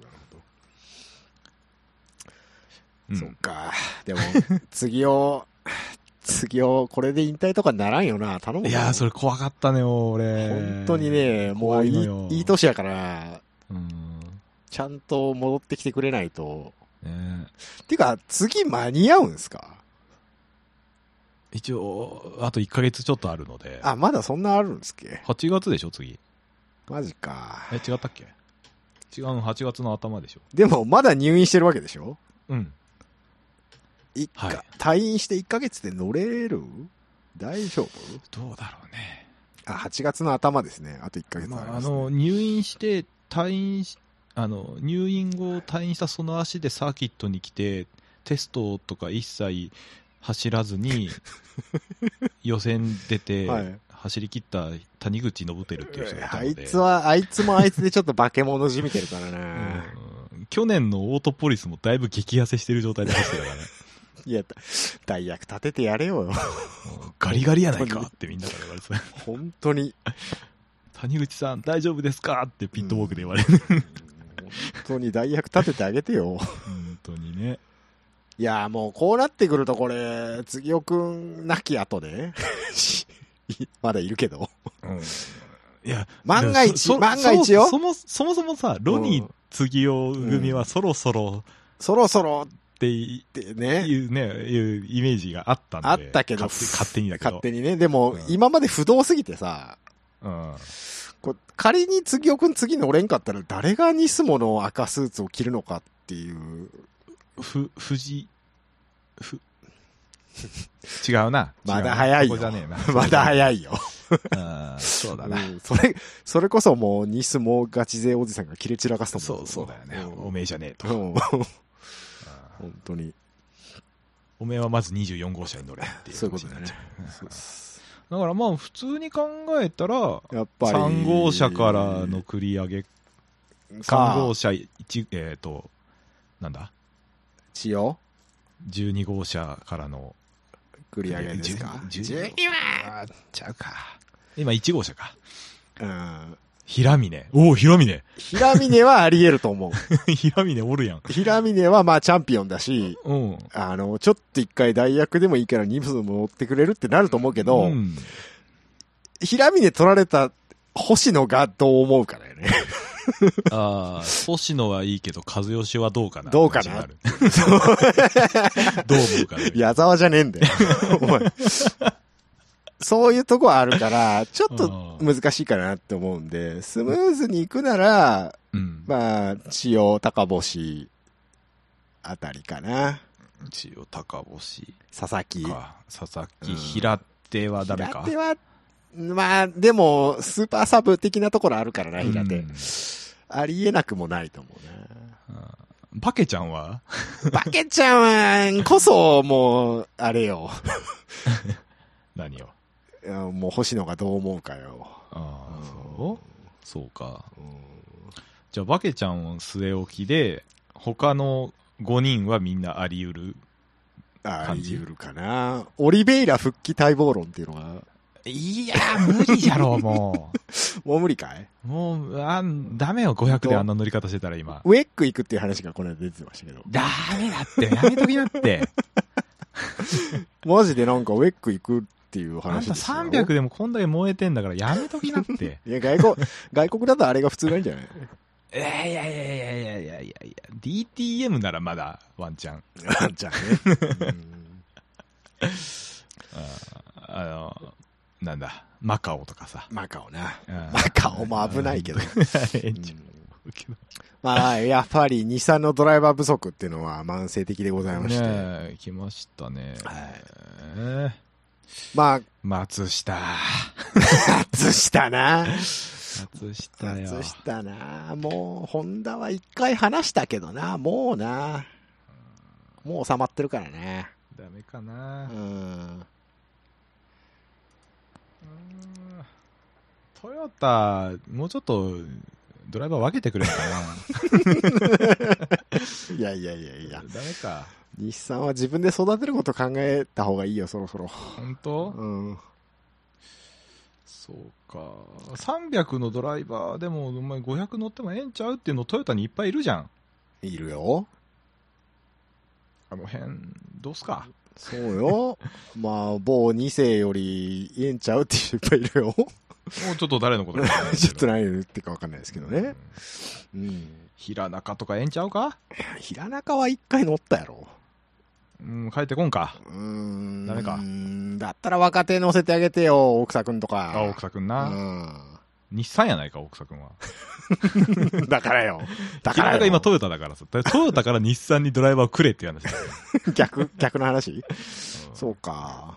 ど。そっか。でも、次をこれで引退とかならんよな。頼む。 いやー、それ怖かったね、俺。 本当にね、もういい年やから、ちゃんと戻ってきてくれないと。てか、次間に合うんすか？ 一応、あと1ヶ月ちょっとあるので。 まだそんなあるんですっけ？ 8 月でしょ、次。 マジか。 違ったっけ？違う、8月の頭でしょ。 でも、まだ入院してるわけでしょ？ はい、 退院して1ヶ月で乗れる？大丈夫？ どうだろうね。 8月の頭ですね。あと1ヶ月ありますね。 入院して入院後退院したその足でサーキットに来て、テストとか一切走らずに、予選出て、走り切った谷口信輝っていう人がいたので。 あいつもあいつでちょっと化け物じみてるからな。 去年のオートポリスもだいぶ激痩せしてる状態で走ってるからね。 いや、代役立ててやれよ。 ガリガリやないかってみんなから言われてた。 本当に。 谷口さん大丈夫ですかってピットウォークで言われる。 本当に代役立ててあげてよ。 本当にね。 いや、もうこうなってくるとこれ、次尾くん亡き後で、まだいるけど。 いや、 万が一よ。 そもそもさ、ロニー次尾組はそろそろっていうイメージがあったんで。 あったけど。 勝手にだけど。 勝手にね。でも、今まで不動すぎてさ、仮に次尾くん次乗れんかったら、誰がニスモの赤スーツを着るのかっていう。 違うな。 まだ早いよ。まだ早いよ。 そうだな。 それこそもうニスモガチ勢おじさんが切れ散らかすと思う。 そうだよね。おめえじゃねえと。 本当に。 おめえはまず24号車に乗れっていう。 そういうことだね。 だからまあ普通に考えたら、 やっぱり 3号車からの繰り上げ、3号車なんだ千代 12号車からの繰り上げですか 12はちゃうか。今1号車か。平峰はあり得ると思う。 平峰おるやん。 平峰はまあチャンピオンだし、ちょっと一回代役でもいいから2分も乗ってくれるってなると思うけど、平峰取られた星野がどう思うかだよね。 ああ、星野はいいけど、和義はどうかな。 どうかな。 どう思うかな。 矢沢じゃねえんだよ。お前。そういうとこあるから、ちょっと難しいかなって思うんで、スムーズに行くなら、うん、まあ、千代、高星あたりかな。 千代、高星。 佐々木。 佐々木、平手はダメか。 平手は、まあ、でも、スーパーサブ的なところあるからな、平手。ありえなくもないと思うな。 バケちゃんはバケちゃんこそ、もう、あれよ。 何をもう星野がどう思うかよ。 ああ、そうか。じゃあ、バケちゃんを据え置きで、他の5人はみんなあり得るあり得るかな。オリベイラ復帰待望論っていうのが。 いやー、無理じゃろう、もう。もう無理かい？ もう、ダメよ、500であんな乗り方してたら今。 ウェック行くっていう話がこの間出てましたけど。 ダメだって、やめときなって。 マジでなんかウェック行くっていう話ですよ。 あんた300でもこんだけ燃えてんだからやめときなって。 いや、外国だとあれが普通なんじゃない？ いや、DTM ならまだワンチャン。 ワンチャンね。 なんだ、マカオとかさ。 マカオな。マカオも危ないけど。まあ、やっぱり日産のドライバー不足っていうのは慢性的でございまして。 ね、来ましたね。 はい。まあ、 松下。 松下な。 松下よ。 松下な。もう、ホンダは一回話したけどな。もうな。もう収まってるからね。 ダメかな。トヨタ、もうちょっと、ドライバー分けてくれるかな。 いや。 ダメか。 日産は自分で育てること考えた方がいいよ、そろそろ。 本当？そうか。300のドライバーでも、お前500乗ってもええんちゃうっていうのトヨタにいっぱいいるじゃん。 いるよ。 あの辺、どうすか？ そうよ。まあ、某2世よりええんちゃうっていう人いっぱいいるよ。 もうちょっと誰のことかちょっと何言ってか分かんないですけどね。 平中とかええんちゃうか？ 平中は一回乗ったやろ。 帰ってこんか。ダメか。 だったら若手乗せてあげてよ、大草くんとか。 大草くんな。日産やないか、大草くんは。 だからよ。 平中今トヨタだからさ。トヨタから日産にドライバーをくれっていう話だよ。 逆の話？そうか。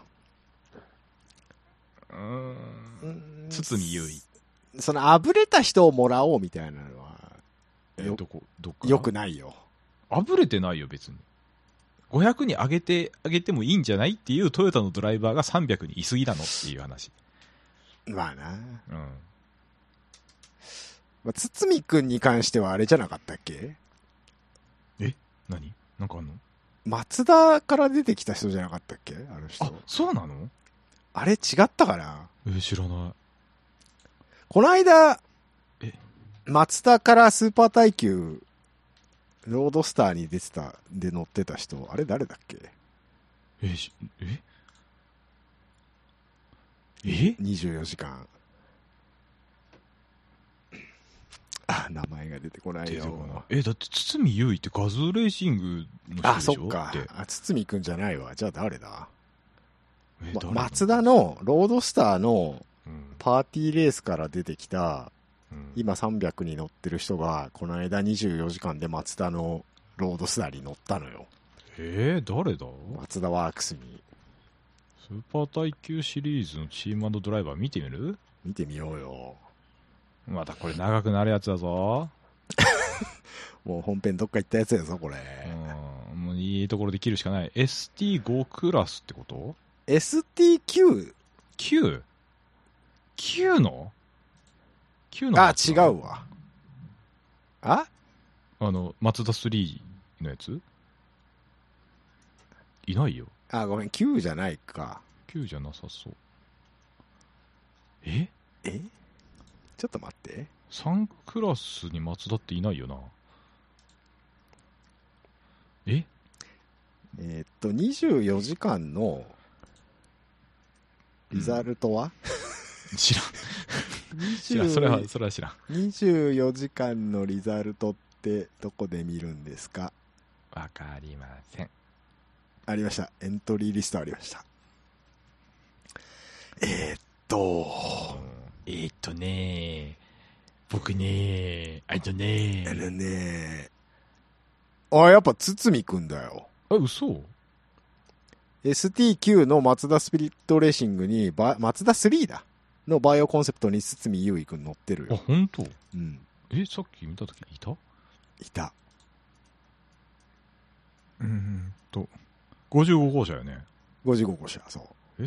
堤優衣。 そのあぶれた人をもらおうみたいなのは、よくないよ。 あぶれてないよ、別に。500に上げてもいいんじゃないっていうトヨタのドライバーが300にいすぎなのっていう話。 まあな。まあ、堤くんに関してはあれじゃなかったっけ？ 何？なんかあんの？ 松田から出てきた人じゃなかったっけ？あの人。 あ、そうなの？ あれ違ったかな？ 知らない。 この間、松田からスーパー耐久、ロードスターに出てた、で乗ってた人、あれ誰だっけ？24時間。名前が出てこないよ。 だって堤優衣ってガズーレーシングの人でしょ？ そっか。堤くんじゃないわ。じゃあ誰だ？松田のロードスターのパーティーレースから出てきた、今300に乗ってる人が、この間24時間で松田のロードスターに乗ったのよ。 誰だ？ 松田ワークスに。 スーパー耐久シリーズのチーム&ドライバー見てみる？ 見てみようよ。 またこれ長くなるやつだぞ。 もう本編どっか行ったやつやぞ、これ。 もういいところで切るしかない。ST5 クラスってこと？ ST9？ 9？ 9の？ 9の？ 違うわ。 マツダ3のやつ？いないよ。 ごめん、9じゃないか。 9じゃなさそう。 ちょっと待って。 3クラスにマツダっていないよな。 24時間のリザルトは？ 知らん。 それは知らん。 24時間のリザルトってどこで見るんですか？ わかりません。 ありました。エントリーリストありました。 僕ねやっぱ堤くんだよ。 嘘？ ST9 のマツダスピリットレーシングにマツダ3だのバイオコンセプトに堤優衣くん乗ってるよ。 本当？ うん。 さっき見たときいた。55号車よね。 55号車、そう。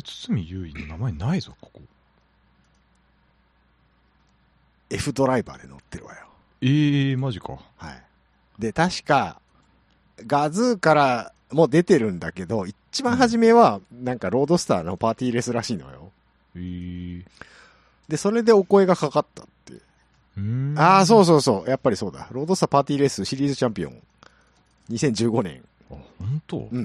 堤優衣の名前ないぞ、ここ。 F ドライバーで乗ってるわよ。 マジか。 はい。で、確か、ガズーからも出てるんだけど、一番初めは、なんかロードスターのパーティーレースらしいのよ。で、それでお声がかかったって。そうやっぱりそうだ。ロードスターパーティーレースシリーズチャンピオン。2015年。 本当？ うん。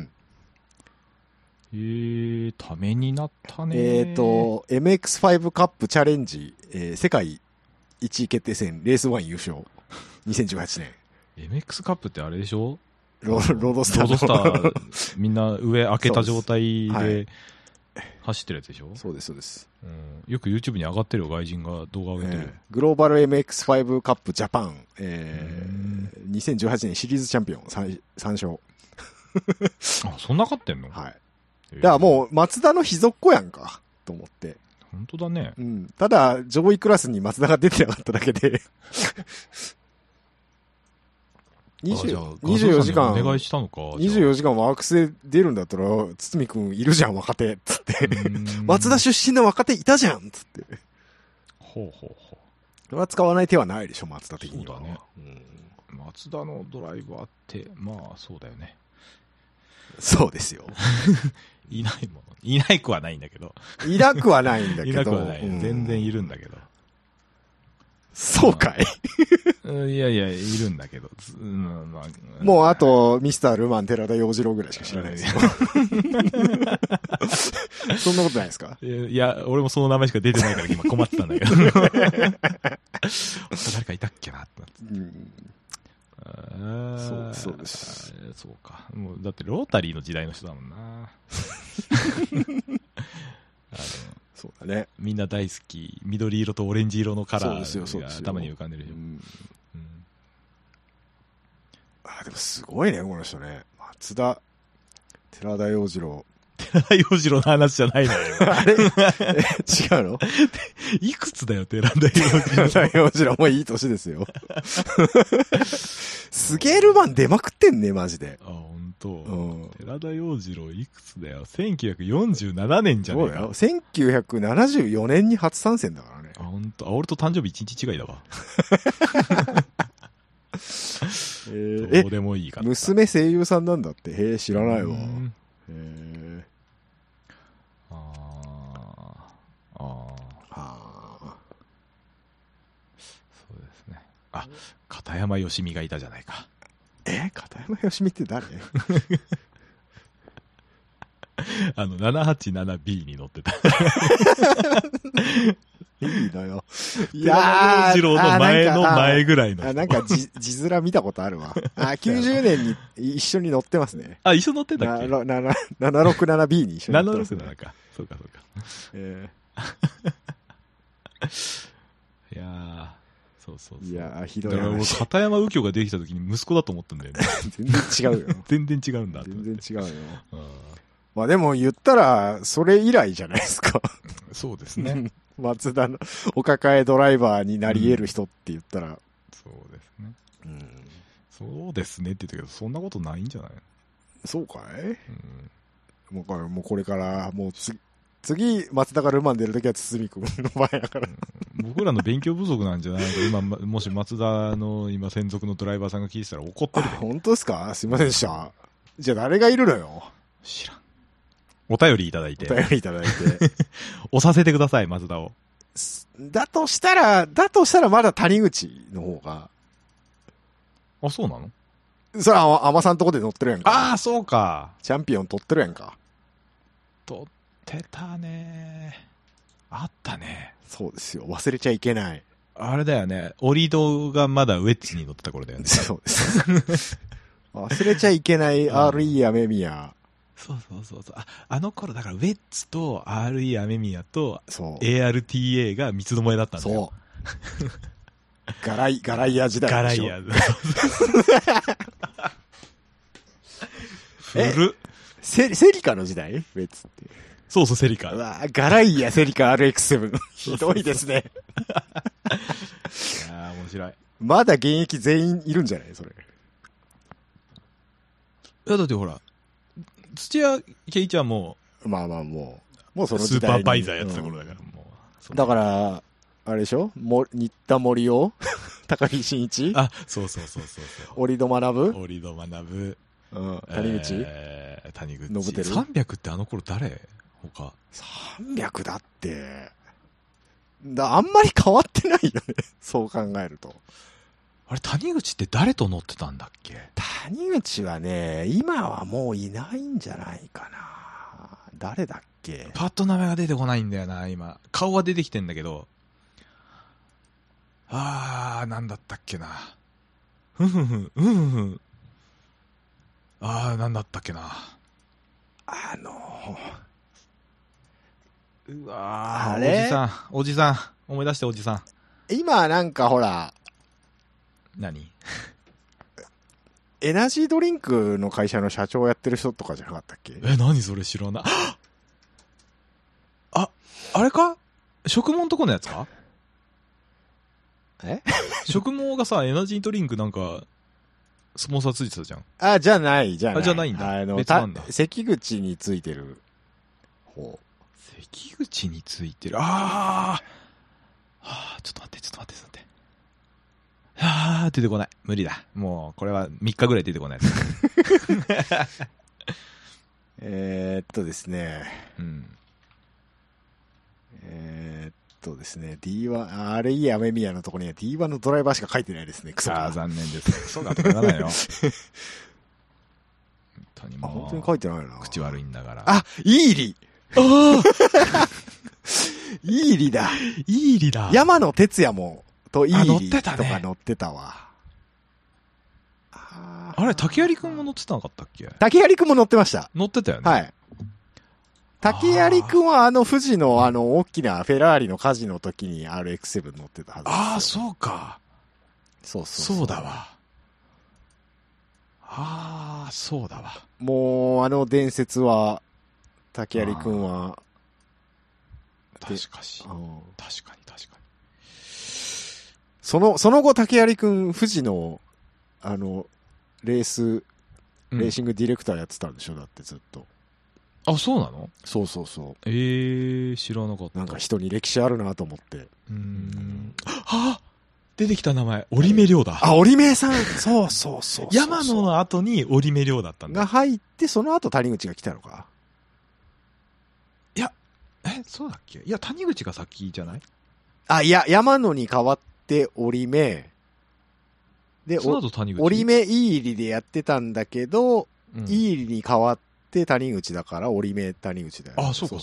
ためになったね。 MX5 カップチャレンジ、世界1位決定戦、レース1優勝。2018年。 MX カップってあれでしょ？ ロードスター。みんな上開けた状態で走ってるやつでしょ？ そうです、そうです。 よく YouTube に上がってるよ、外人が動画を上げてる。 グローバル MX5 カップジャパン、2018年シリーズチャンピオン 3勝。 そんな勝ってんの？ はい。だからもう、松田の秘蔵っ子やんか、と思って。 本当だね。 うん。ただ、上位クラスに松田が出てなかっただけで。24時間。 お願いしたのか。 24時間ワークスで出るんだったら、堤くんいるじゃん、若手。つって。松田出身の若手いたじゃんつって。 ほう。 それは使わない手はないでしょ、松田的には。 そうだね。松田のドライバーって、まあ、そうだよね。 そうですよ。 いないくはないんだけど。 いなくはないんだけど。 いなくはない。全然いるんだけど。 そうかい？ いや、いるんだけど。 もうあと、ミスタールマン寺田洋次郎ぐらいしか知らないですよ。そんなことないですか？ いや、俺もその名前しか出てないから今困ってたんだけど。誰かいたっけなってなって。 そうです。 そうか。もう、だってロータリーの時代の人だもんな。 そうだね。 みんな大好き、緑色とオレンジ色のカラーが頭に浮かんでるよ。 でもすごいね、この人ね。松田、寺田洋次郎。 寺田洋次郎の話じゃないのよ。 あれ違うの？ いくつだよ、寺田洋次郎。 寺田洋次郎もいい年ですよ。スゲールマン出まくってんね、マジで。 本当。寺田洋次郎いくつだよ。1947年じゃねえか。 そうだよ。1974年に初参戦だからね。 本当。俺と誕生日1日違いだわ。どうでもいいから。 娘声優さんなんだって。知らないわ。 そうですね。片山よしみがいたじゃないか。 片山よしみって誰 787B に乗ってた。 いいのよ。 いやー、次郎の前の前ぐらいの。 なんか字面見たことあるわ。90年に一緒に乗ってますね。 一緒に乗ってたっけ？ 767B に一緒に乗ってます、ね。 767か。そうか。いやー、そう。 いやー、ひどい話。 だから俺、片山右京ができた時に息子だと思ったんだよね。 全然違うよ。 全然違うんだ。 全然違うよ。まあでも言ったら、それ以来じゃないですか。 そうですね。 松田のお抱えドライバーになり得る人って言ったら。 そうですね。そうですねって言ったけど、そんなことないんじゃない？ そうかい？もうこれから、もう次、松田がルマン出るときは堤君の前やから。 僕らの勉強不足なんじゃないか。今、もし松田の今専属のドライバーさんが聞いてたら怒ってるで。 本当ですか？すいませんでした。じゃあ誰がいるのよ？ 知らん。お便りいただいて。 押させてください、松田を。 だとしたらまだ谷口の方が。 そうなの？ それは甘さんとこで乗ってるやんか。 そうか。 チャンピオン取ってるやんか。 取ってたね。 あったね。 そうですよ。忘れちゃいけない。 あれだよね。オリドがまだウェッジに乗ってた頃だよね。 そうです。忘れちゃいけない RE アメミヤ。 そう。あの頃だからウェッジと RE アメミヤと ARTA が三つどもえだったんだよ。 そう。ガライヤ時代でしょ。ガライヤ。 古っ。 セリカの時代ウェッツって。 そうセリカ。 うわガライヤ、セリカ、RX7。ひどいですね。 いや面白い。 まだ現役全員いるんじゃないそれ。いや、だってほら、土屋圭一はもう。まあもうその時代スーパーバイザーやってた頃だから、もう。だから、あれでしょ新田森夫高木真一あ、そう。 折戸学ぶ。 谷口谷口。 信輝。 300ってあの頃誰他。 300だって。あんまり変わってないよね。そう考えると。 あれ、谷口って誰と乗ってたんだっけ？ 谷口はね、今はもういないんじゃないかな。誰だっけ？ パッと名前が出てこないんだよな、今。顔は出てきてんだけど。なんだったっけな。なんだったっけな。うわあれおじさん。思い出しておじさん。 今なんかほら。 何エナジードリンクの会社の社長やってる人とかじゃなかったっけ？ 何それ知らない。あれか食毛んとこのやつか？食毛がさ、エナジードリンクなんか、スポンサーついてたじゃん。 じゃない。 じゃないんだ。別なんだ。 関口についてる方。 関口についてる。ちょっと待って。出てこない。無理だ。もう、これは3日ぐらい出てこない。 ですね。ですね、D1、RE アメミヤのところには D1 のドライバーしか書いてないですね、クソが。 残念です。クソがとか言わないよ。本当にもう。 本当に書いてないな。 口悪いんだから。 イーリイーリだ。 イーリだ。 山野哲也も、とイーリとか乗ってたわ。 あれ、竹槍くんも乗ってたなかったっけ？ 竹槍くんも乗ってました。 乗ってたよね。 はい。竹槍くんは富士の大きなフェラーリの火事の時に RX7 乗ってたはずです。 そうか。そうだわ。そうだわ。 もう伝説は、竹槍くんは。 確かに。 その後竹槍くん、富士の、レーシングディレクターやってたんでしょだってずっと。 そうなの？ そう。知らなかった。 なんか人に歴史あるなと思って。 出てきた名前、織目亮だ。 織目さん。そう。 山野の後に織目亮だったんだ。 が入って、その後谷口が来たのか。 いや、そうだっけ？いや、谷口が先じゃない？ いや、山野に代わって織目。で、 その後谷口。 織目イーリでやってたんだけど、イーリに代わって谷口だから織目谷口だよね。 そうか。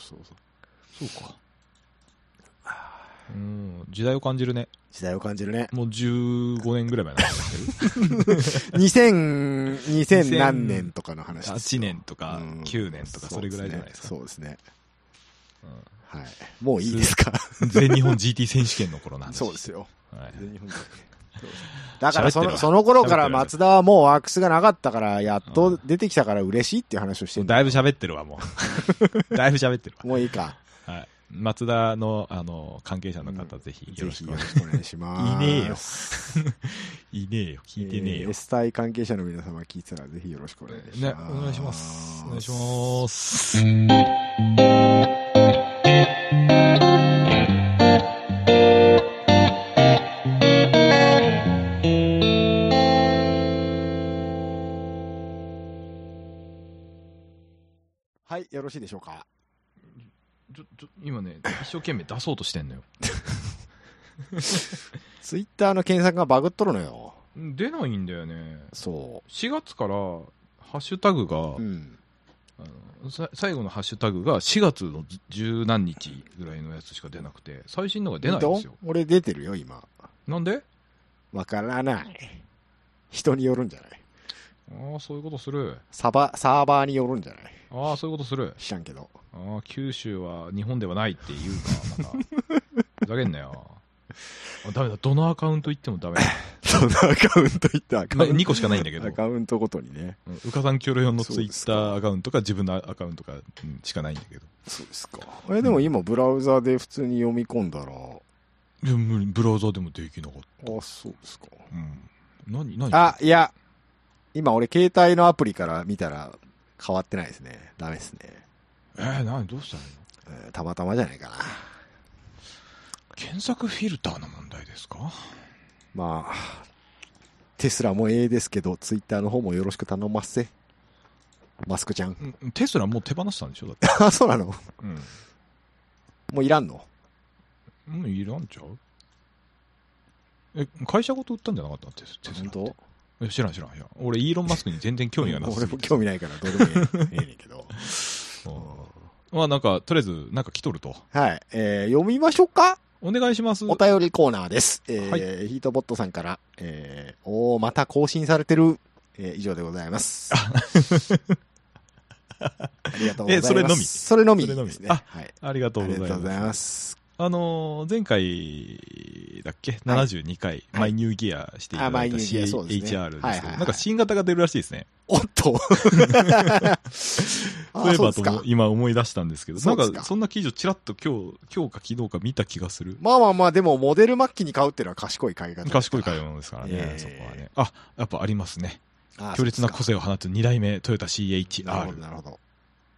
時代を感じるね。もう15年ぐらい前の話になってる。 2000何年とかの話です。 8年とか9年とかそれぐらいじゃないですか。 そうですね。はい。もういいですか？ 全日本 GT 選手権の頃なんです。 そうですよ。全日本 GT。だからその頃から松田はもうワークスがなかったから、やっと出てきたから嬉しいっていう話をしてる。 だいぶ喋ってるわ、もう。だいぶ喋ってるわ。 もういいか。 はい。松田の、関係者の方、ぜひよろしくお願いします。いねえよ。聞いてねえよ。 S 隊関係者の皆様聞いてたらぜひよろしくお願いします。 お願いします。お願いします。 はい、よろしいでしょうか。 今ね、一生懸命出そうとしてんのよ。 ツイッターの検索がバグっとるのよ。 出ないんだよね。 そう。 4月から、ハッシュタグが、 最後のハッシュタグが4月の十何日ぐらいのやつしか出なくて、最新のが出ないんですよ。 俺出てるよ、今。 なんで？ わからない。人によるんじゃない？ ああ、そういうことする。 サーバーによるんじゃない？ ああ、そういうことする。 知らんけど。 ああ、九州は日本ではないって言うか、また。ふざけんなよ。ダメだ、どのアカウント行ってもダメだ。 どのアカウント行ったアカウント 2個しかないんだけど。 アカウントごとにね。 うかさんキョロヨンのツイッターアカウントか自分のアカウントかしかないんだけど。 そうですか。でも今ブラウザで普通に読み込んだら。 いや、ブラウザでもできなかった。 あ、そうですか。 うん。何あ、いや。今俺携帯のアプリから見たら変わってないですね。ダメですね。 どうしたの？ たまたまじゃないかな。 検索フィルターの問題ですか？ まあ、テスラもですけど、ツイッターの方もよろしく頼ませ。マスクちゃん。 テスラもう手放したんでしょ？だって。 あ、そうなの？ うん。 もういらんの？ もういらんちゃう？会社ごと売ったんじゃなかった？テスラ。 本当？ 知らん。いや、俺、イーロン・マスクに全然興味がなさすぎて。 俺も興味ないから、どうでもええねんけど。 まあ、なんか、とりあえず、なんか来とると。 はい。読みましょうか？ お願いします。 お便りコーナーです。ヒートボットさんから、また更新されてる、以上でございます。ありがとうございます。それのみですね。 はい。ありがとうございます。 ありがとうございます。 前回だっけ、72回、マイニューギアしていただいた CHR ですけど、なんか新型が出るらしいですね。 おっとそういえばと今思い出したんですけど、なんかそんな記事をちらっと今日か昨日か見た気がする。 まあ、でもモデル末期に買うっていうのは賢い買い方。 賢い買い物ですからね、そこはね。あ、やっぱありますね。強烈な個性を放つ2代目トヨタ CHR。 なるほど。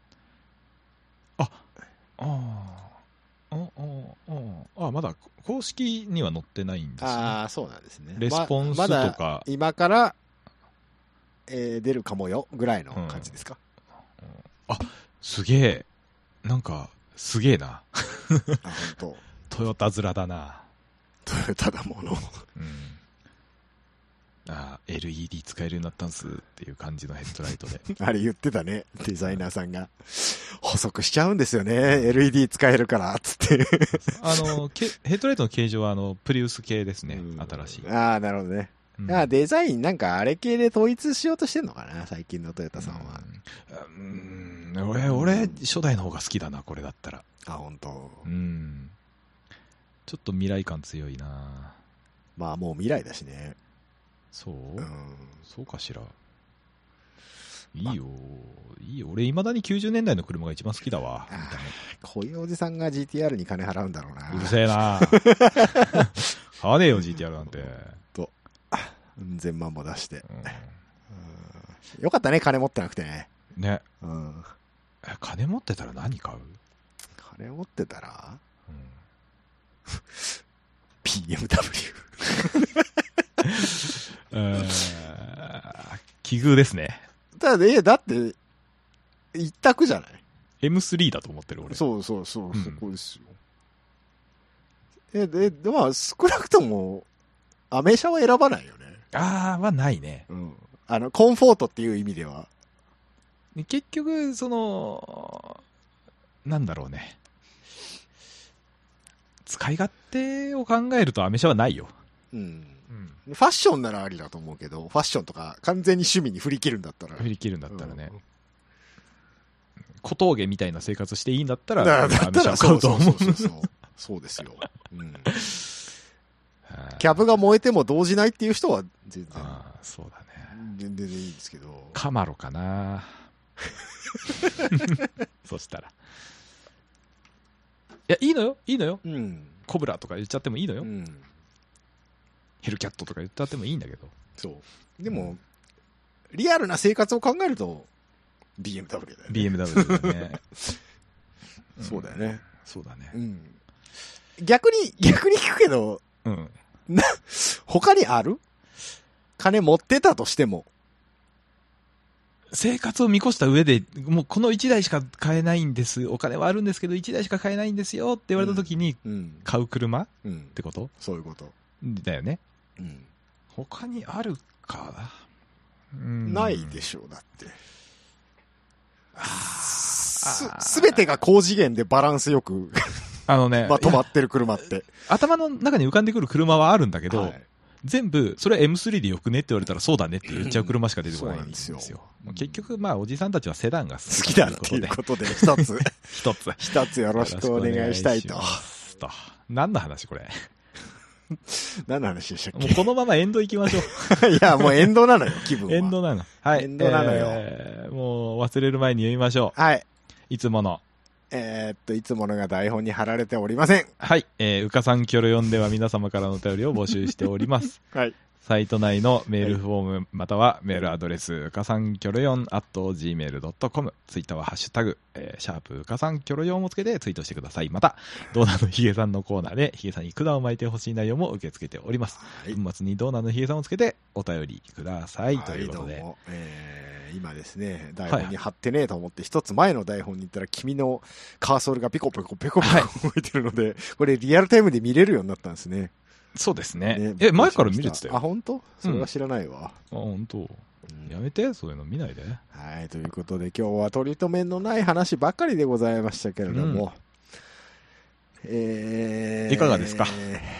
まだ公式には載ってないんですね。 ああ、そうなんですね。 レスポンスとか。 まだ今から、出るかもよ、ぐらいの感じですか。 すげえ。なんか、すげえな。 本当。 トヨタ面だな。 トヨタだもの。 LED 使えるようになったんすっていう感じのヘッドライトで。 あれ言ってたね、デザイナーさんが。補足しちゃうんですよね、LED 使えるから、つって。 ヘッドライトの形状はプリウス系ですね、新しい。 ああ、なるほどね。デザインなんかあれ系で統一しようとしてんのかな、最近のトヨタさんは。 俺、初代の方が好きだな、これだったら。 あ、本当。 ちょっと未来感強いな。 まあもう未来だしね。 そうそうかしら。いいよ。俺、未だに90年代の車が一番好きだわ。 こういうおじさんが GTR に金払うんだろうな。 うるせえな。買わねえよ、GTR なんて。 1000万も出して。よかったね、金持ってなくてね。 ね。金持ってたら何買う？ 金持ってたらBMW。 奇遇ですね。 だって一択じゃない？ M3 だと思ってる俺。 そう、そこですよ。まあ少なくともアメ車は選ばないよね。 はないね。 コンフォートっていう意味では。 結局なんだろうね。使い勝手を考えるとアメ車はないよ。ファッションならありだと思うけど、ファッションとか完全に趣味に振り切るんだったらね。小峠みたいな生活していいんだったら、アメ車を買うと思う。 そうですよ。キャブが燃えても動じないっていう人は全然。 そうだね。 全然いいですけど。 カマロかな。そしたら。いや、いいのよ。コブラとか言っちゃってもいいのよ。ヘルキャットとか言っちゃってもいいんだけど。 そう。でも、リアルな生活を考えると、BMW だよね。 BMW だね。 そうだよね。 そうだね。 逆に聞くけど、他にある？金持ってたとしても。 生活を見越した上で、もうこの1台しか買えないんです。お金はあるんですけど、1台しか買えないんですよって言われた時に、買う車ってこと？ そういうこと。 だよね。他にあるかな。 ないでしょう、だって。 すべてが高次元でバランスよくまとまってる車って。 頭の中に浮かんでくる車はあるんだけど、はい、全部、それは M3 でよくねって言われたらそうだねって言っちゃう車しか出てこないんですよ。結局、おじさんたちはセダンが好きだっていうことで、一つよろしくお願いしたいと。 何の話これ何の話でしたっけ。 もうこのままエンド行きましょう。いや、もうエンドなのよ、気分は。 エンドなの。はい。 エンドなのよ。 もう忘れる前に読みましょう。はい。 いつもの。 いつものが台本に貼られておりません。 はい。うかさんキョロ4では皆様からのお便りを募集しております。 はい。 サイト内のメールフォームまたはメールアドレスうかさんキョロ4 @gmail.com ツイッターはハッシュタグシャープうかさんキョロ4をつけてツイートしてください。またドーナのヒゲさんのコーナーでヒゲさんに管を巻いてほしい内容も受け付けております。はい、文末にドーナのヒゲさんをつけてお便りください、はい、ということで、 どうも今ですね台本に貼ってねえと思って一つ前の台本に行ったら君のカーソルがピコピコピコピコ動いてるので、これリアルタイムで見れるようになったんですね。 そうですね。前から見れてたよ。 あ、本当？それは知らないわ。 本当。やめて、そういうの見ないで。 はい、ということで今日は取り留めのない話ばかりでございましたけれども。 いかがですか？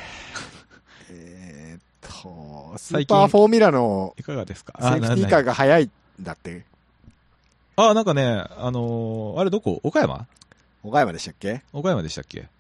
スーパーフォーミュラのいかがですか？ セーフティーカーが早いんだって。 なんかね、あれどこ？岡山でしたっけ？ 岡山でしたっけ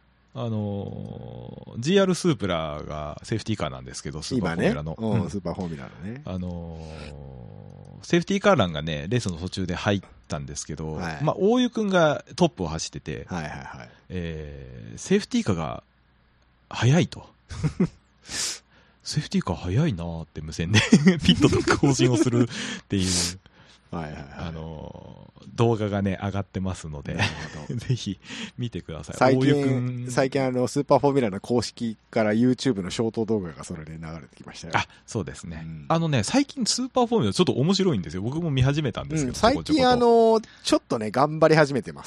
？GR スープラがセーフティーカーなんですけど、スーパーフォーミュラの。 今ね、スーパーフォーミュラのね。セーフティーカーランがね、レースの途中で入ったんですけど、はい、大湯くんがトップを走ってて、 はいはいはい。 セーフティーカーが速いと。セーフティーカー速いなーって無線でピットと更新をするっていう。 はいはいはい、 動画がね上がってますのでぜひ見てください。 最近スーパーフォーミュラの公式から YouTube のショート動画がそれで流れてきましたよ。 あ、そうですね。最近スーパーフォーミュラちょっと面白いんですよ。僕も見始めたんですけど、 最近ちょっとね頑張り始めてます。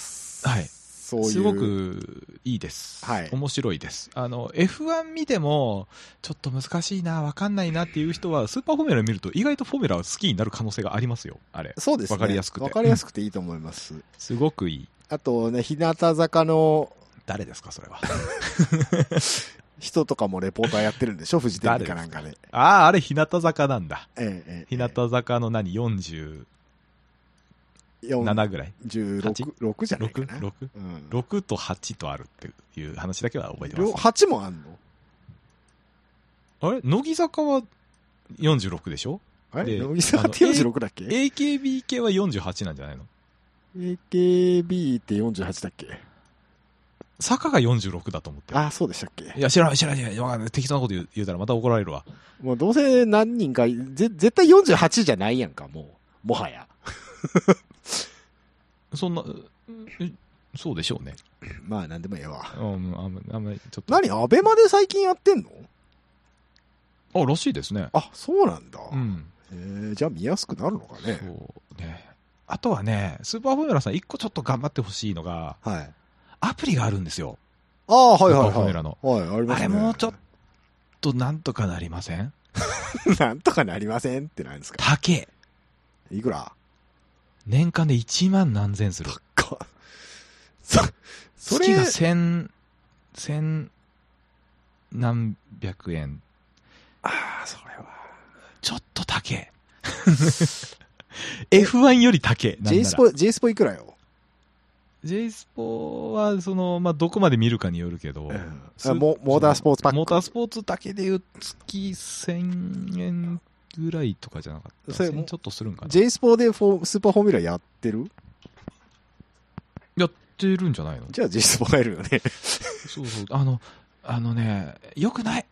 はい。すごくいいです。はい。面白いです。F1 見ても、ちょっと難しいな、わかんないなっていう人は、スーパーフォーミュラ見ると、意外とフォーミュラ好きになる可能性がありますよ。あれ。 そうですね。 わかりやすくて。 わかりやすくていいと思います。 すごくいい。 あとね、日向坂の、 誰ですか、それは。 人とかもレポーターやってるんでしょ、フジテレビかなんかで。 あれ日向坂なんだ。日向坂の40、7ぐらい ?16 じゃないかな。 6と8とあるっていう話だけは覚えてます、ね。 8もあんの？ あれ乃木坂は46でしょ？ 乃木坂って46だっけ？ AKB 系は48なんじゃないの？ AKB って48だっけ？ 坂が46だと思って。 あ、そうでしたっけ？ いや、知らない。適当なこと言うたらまた怒られるわ。 もうどうせ何人か、絶対48じゃないやんか、もはや。 そんな、そうでしょうね。 まあ、なんでもええわ。 あんまりちょっと。 何、アベマで最近やってんの？ らしいですね。 あ、そうなんだ。じゃあ見やすくなるのかね。 そうね。あとはね、スーパーフォーミュラさん、一個ちょっと頑張ってほしいのが、 はい。 アプリがあるんですよ。 ああ、はいはいはい。 スーパーフォーミュラの。 はい、ありますね。 あれもうちょっとなんとかなりません？ なんとかなりませんって何ですか？ 高え。 いくら？ 年間で1万何千する。 高っ。 月が千何百円。 ああ、それは。 ちょっと高え。F1 より高え。 J スポいくらよ？ J スポは、どこまで見るかによるけど、 モータースポーツパック。 モータースポーツだけでいう月1000円ぐらいとかじゃなかった。それちょっとするんかな。 J スポでスーパーフォーミュラやってる？ やってるんじゃないの？ じゃあ J スポ入るよね。 そう。よくない。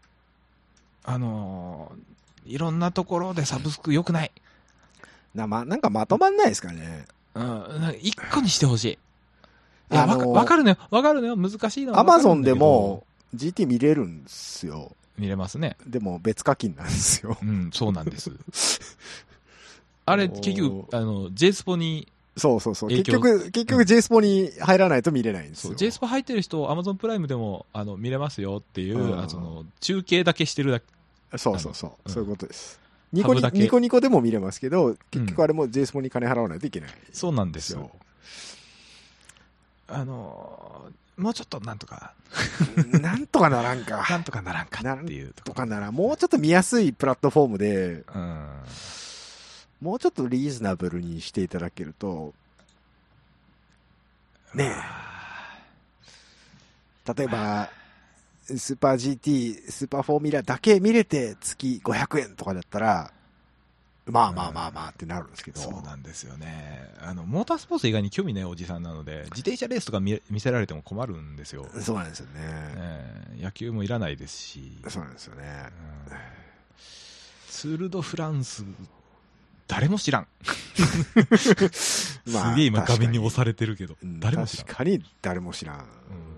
いろんなところでサブスクよくない。 なんかまとまんないですかね。 一個にしてほしい。いや、わかるのよ。難しいのは。 アマゾンでも GT 見れるんですよ。 見れますね。 でも別課金なんですよ。 そうなんです。あれ、結局、J スポに、 そう。結局 J スポに入らないと見れないんですよ。 J スポ入ってる人、Amazon プライムでも、見れますよっていう、中継だけしてるだけ。 そういうことです。 ニコニコでも見れますけど、結局あれも J スポに金払わないといけない。 そうなんですよ。もうちょっとなんとか。 なんとかならんか。 なんとかならんかっていうとかなら、もうちょっと見やすいプラットフォームで、もうちょっとリーズナブルにしていただけると、ねえ。例えば、スーパー GT、スーパーフォーミュラだけ見れて月500円とかだったら、まあってなるんですけど。 そうなんですよね。モータースポーツ以外に興味ないおじさんなので、自転車レースとか見せられても困るんですよ。 そうなんですよね。 野球もいらないですし。 そうなんですよね。 ツール・ド・フランス、誰も知らん。すげえ今画面に押されてるけど、誰も知らん。 確かに誰も知らん。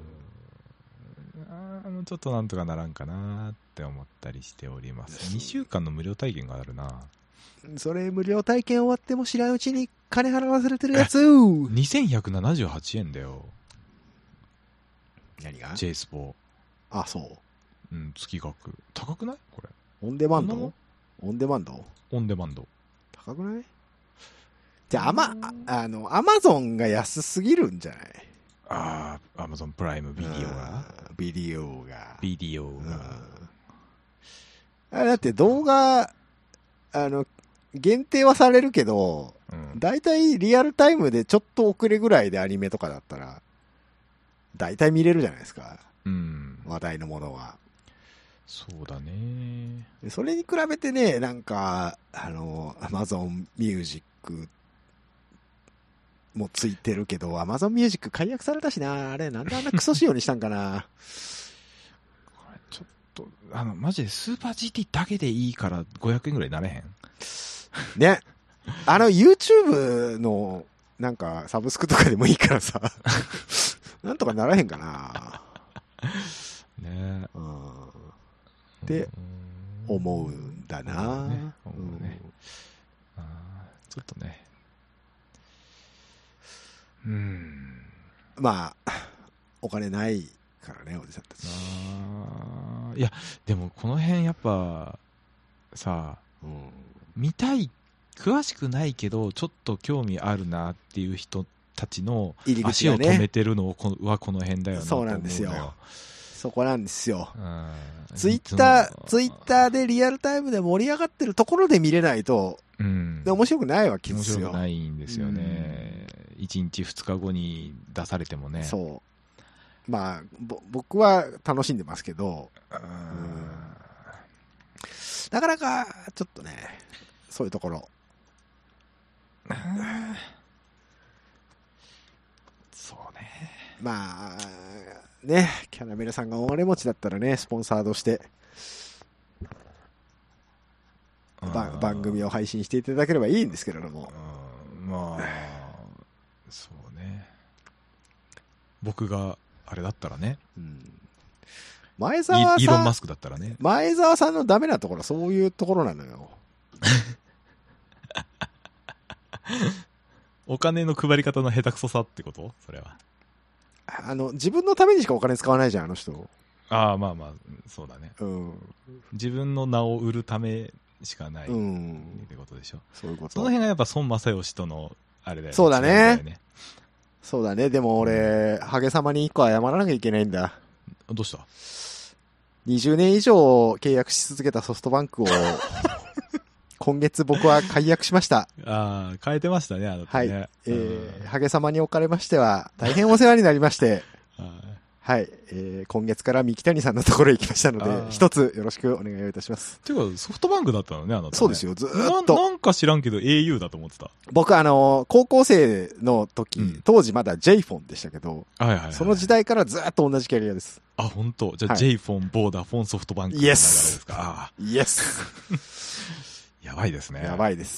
ちょっとなんとかならんかなって思ったりしております。2週間の無料体験があるな。 それ無料体験終わっても知らんうちに金払わされてるやつ。 2178円だよ。 何が J スポ。 あ、そう。 月額。高くないこれ。 オンデマンドオンデマンド高くないじゃあ、アマゾンが安すぎるんじゃない？ アマゾンプライムビデオが。 だって動画、限定はされるけど、だいたいリアルタイムでちょっと遅れぐらいでアニメとかだったら、だいたい見れるじゃないですか。話題のものは。 そうだね。 それに比べてね、なんか、Amazon Music もついてるけど、Amazon Music 解約されたしな。あれ、なんであんなクソ仕様にしたんかな。 これちょっと、マジでスーパー GT だけでいいから500円ぐらいなれへん？ ね。YouTube の、なんか、サブスクとかでもいいからさ、なんとかならへんかな。 ね。 って思うんだな。 ちょっとね。 まあ、お金ないからね、おじさんたち。 いや、でもこの辺やっぱ、さ、見たい、詳しくないけど、ちょっと興味あるなっていう人たちの足を止めてるのはこの辺だよな。 そうなんですよ。そこなんですよ。ツイッターでリアルタイムで盛り上がってるところで見れないと、で面白くないわけですよ。 面白くないんですよね。1日2日後に出されてもね。 そう。まあ、僕は楽しんでますけど、なかなか、ちょっとね、そういうところ。 そうね。 まあ、ね、キャラメルさんがお金持ちだったらね、スポンサードして、番組を配信していただければいいんですけれども。 まあ、そうね。僕があれだったらね。 前澤さん。 イーロン・マスクだったらね。 前澤さんのダメなところはそういうところなのよ。 お金の配り方の下手くそさってこと？それは。 自分のためにしかお金使わないじゃん、あの人。 まあ、そうだね。自分の名を売るためしかないってことでしょ。 そういうこと。 その辺がやっぱ孫正義とのあれだよね。 そうだね。そうだね。でも俺、ハゲ様に一個謝らなきゃいけないんだ。 どうした？ 20 年以上契約し続けたソフトバンクを今月僕は解約しました。 変えてましたね、ね。 はい。ハゲ様におかれましては大変お世話になりまして、はい、今月から三木谷さんのところへ行きましたので、一つよろしくお願いをいたします。 ていうか、ソフトバンクだったのね、あなたね。 そうですよ、ずーっと。 なんか知らんけど au だと思ってた。 僕高校生の時、当時まだ J フォンでしたけど、その時代からずーっと同じキャリアです。 本当。じゃあ J フォン、ボーダフォン、ソフトバンクの流れですか。 イエス。 やばいですね。 やばいです。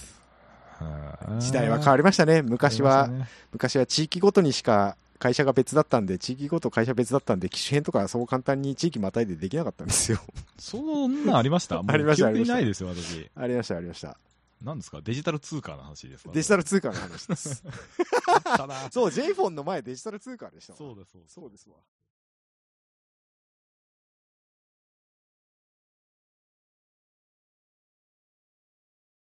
時代は変わりましたね。昔は地域ごとにしか会社が別だったんで、地域ごと会社別だったんで、機種変とかそう簡単に地域またいでできなかったんですよ。 そんなんありました？ ありました。 記憶にないですよ、私。 ありました。 何ですか？デジタル通貨の話ですか？ デジタル通貨の話です。そう、J フォンの前デジタル通貨でした。 そうですわ。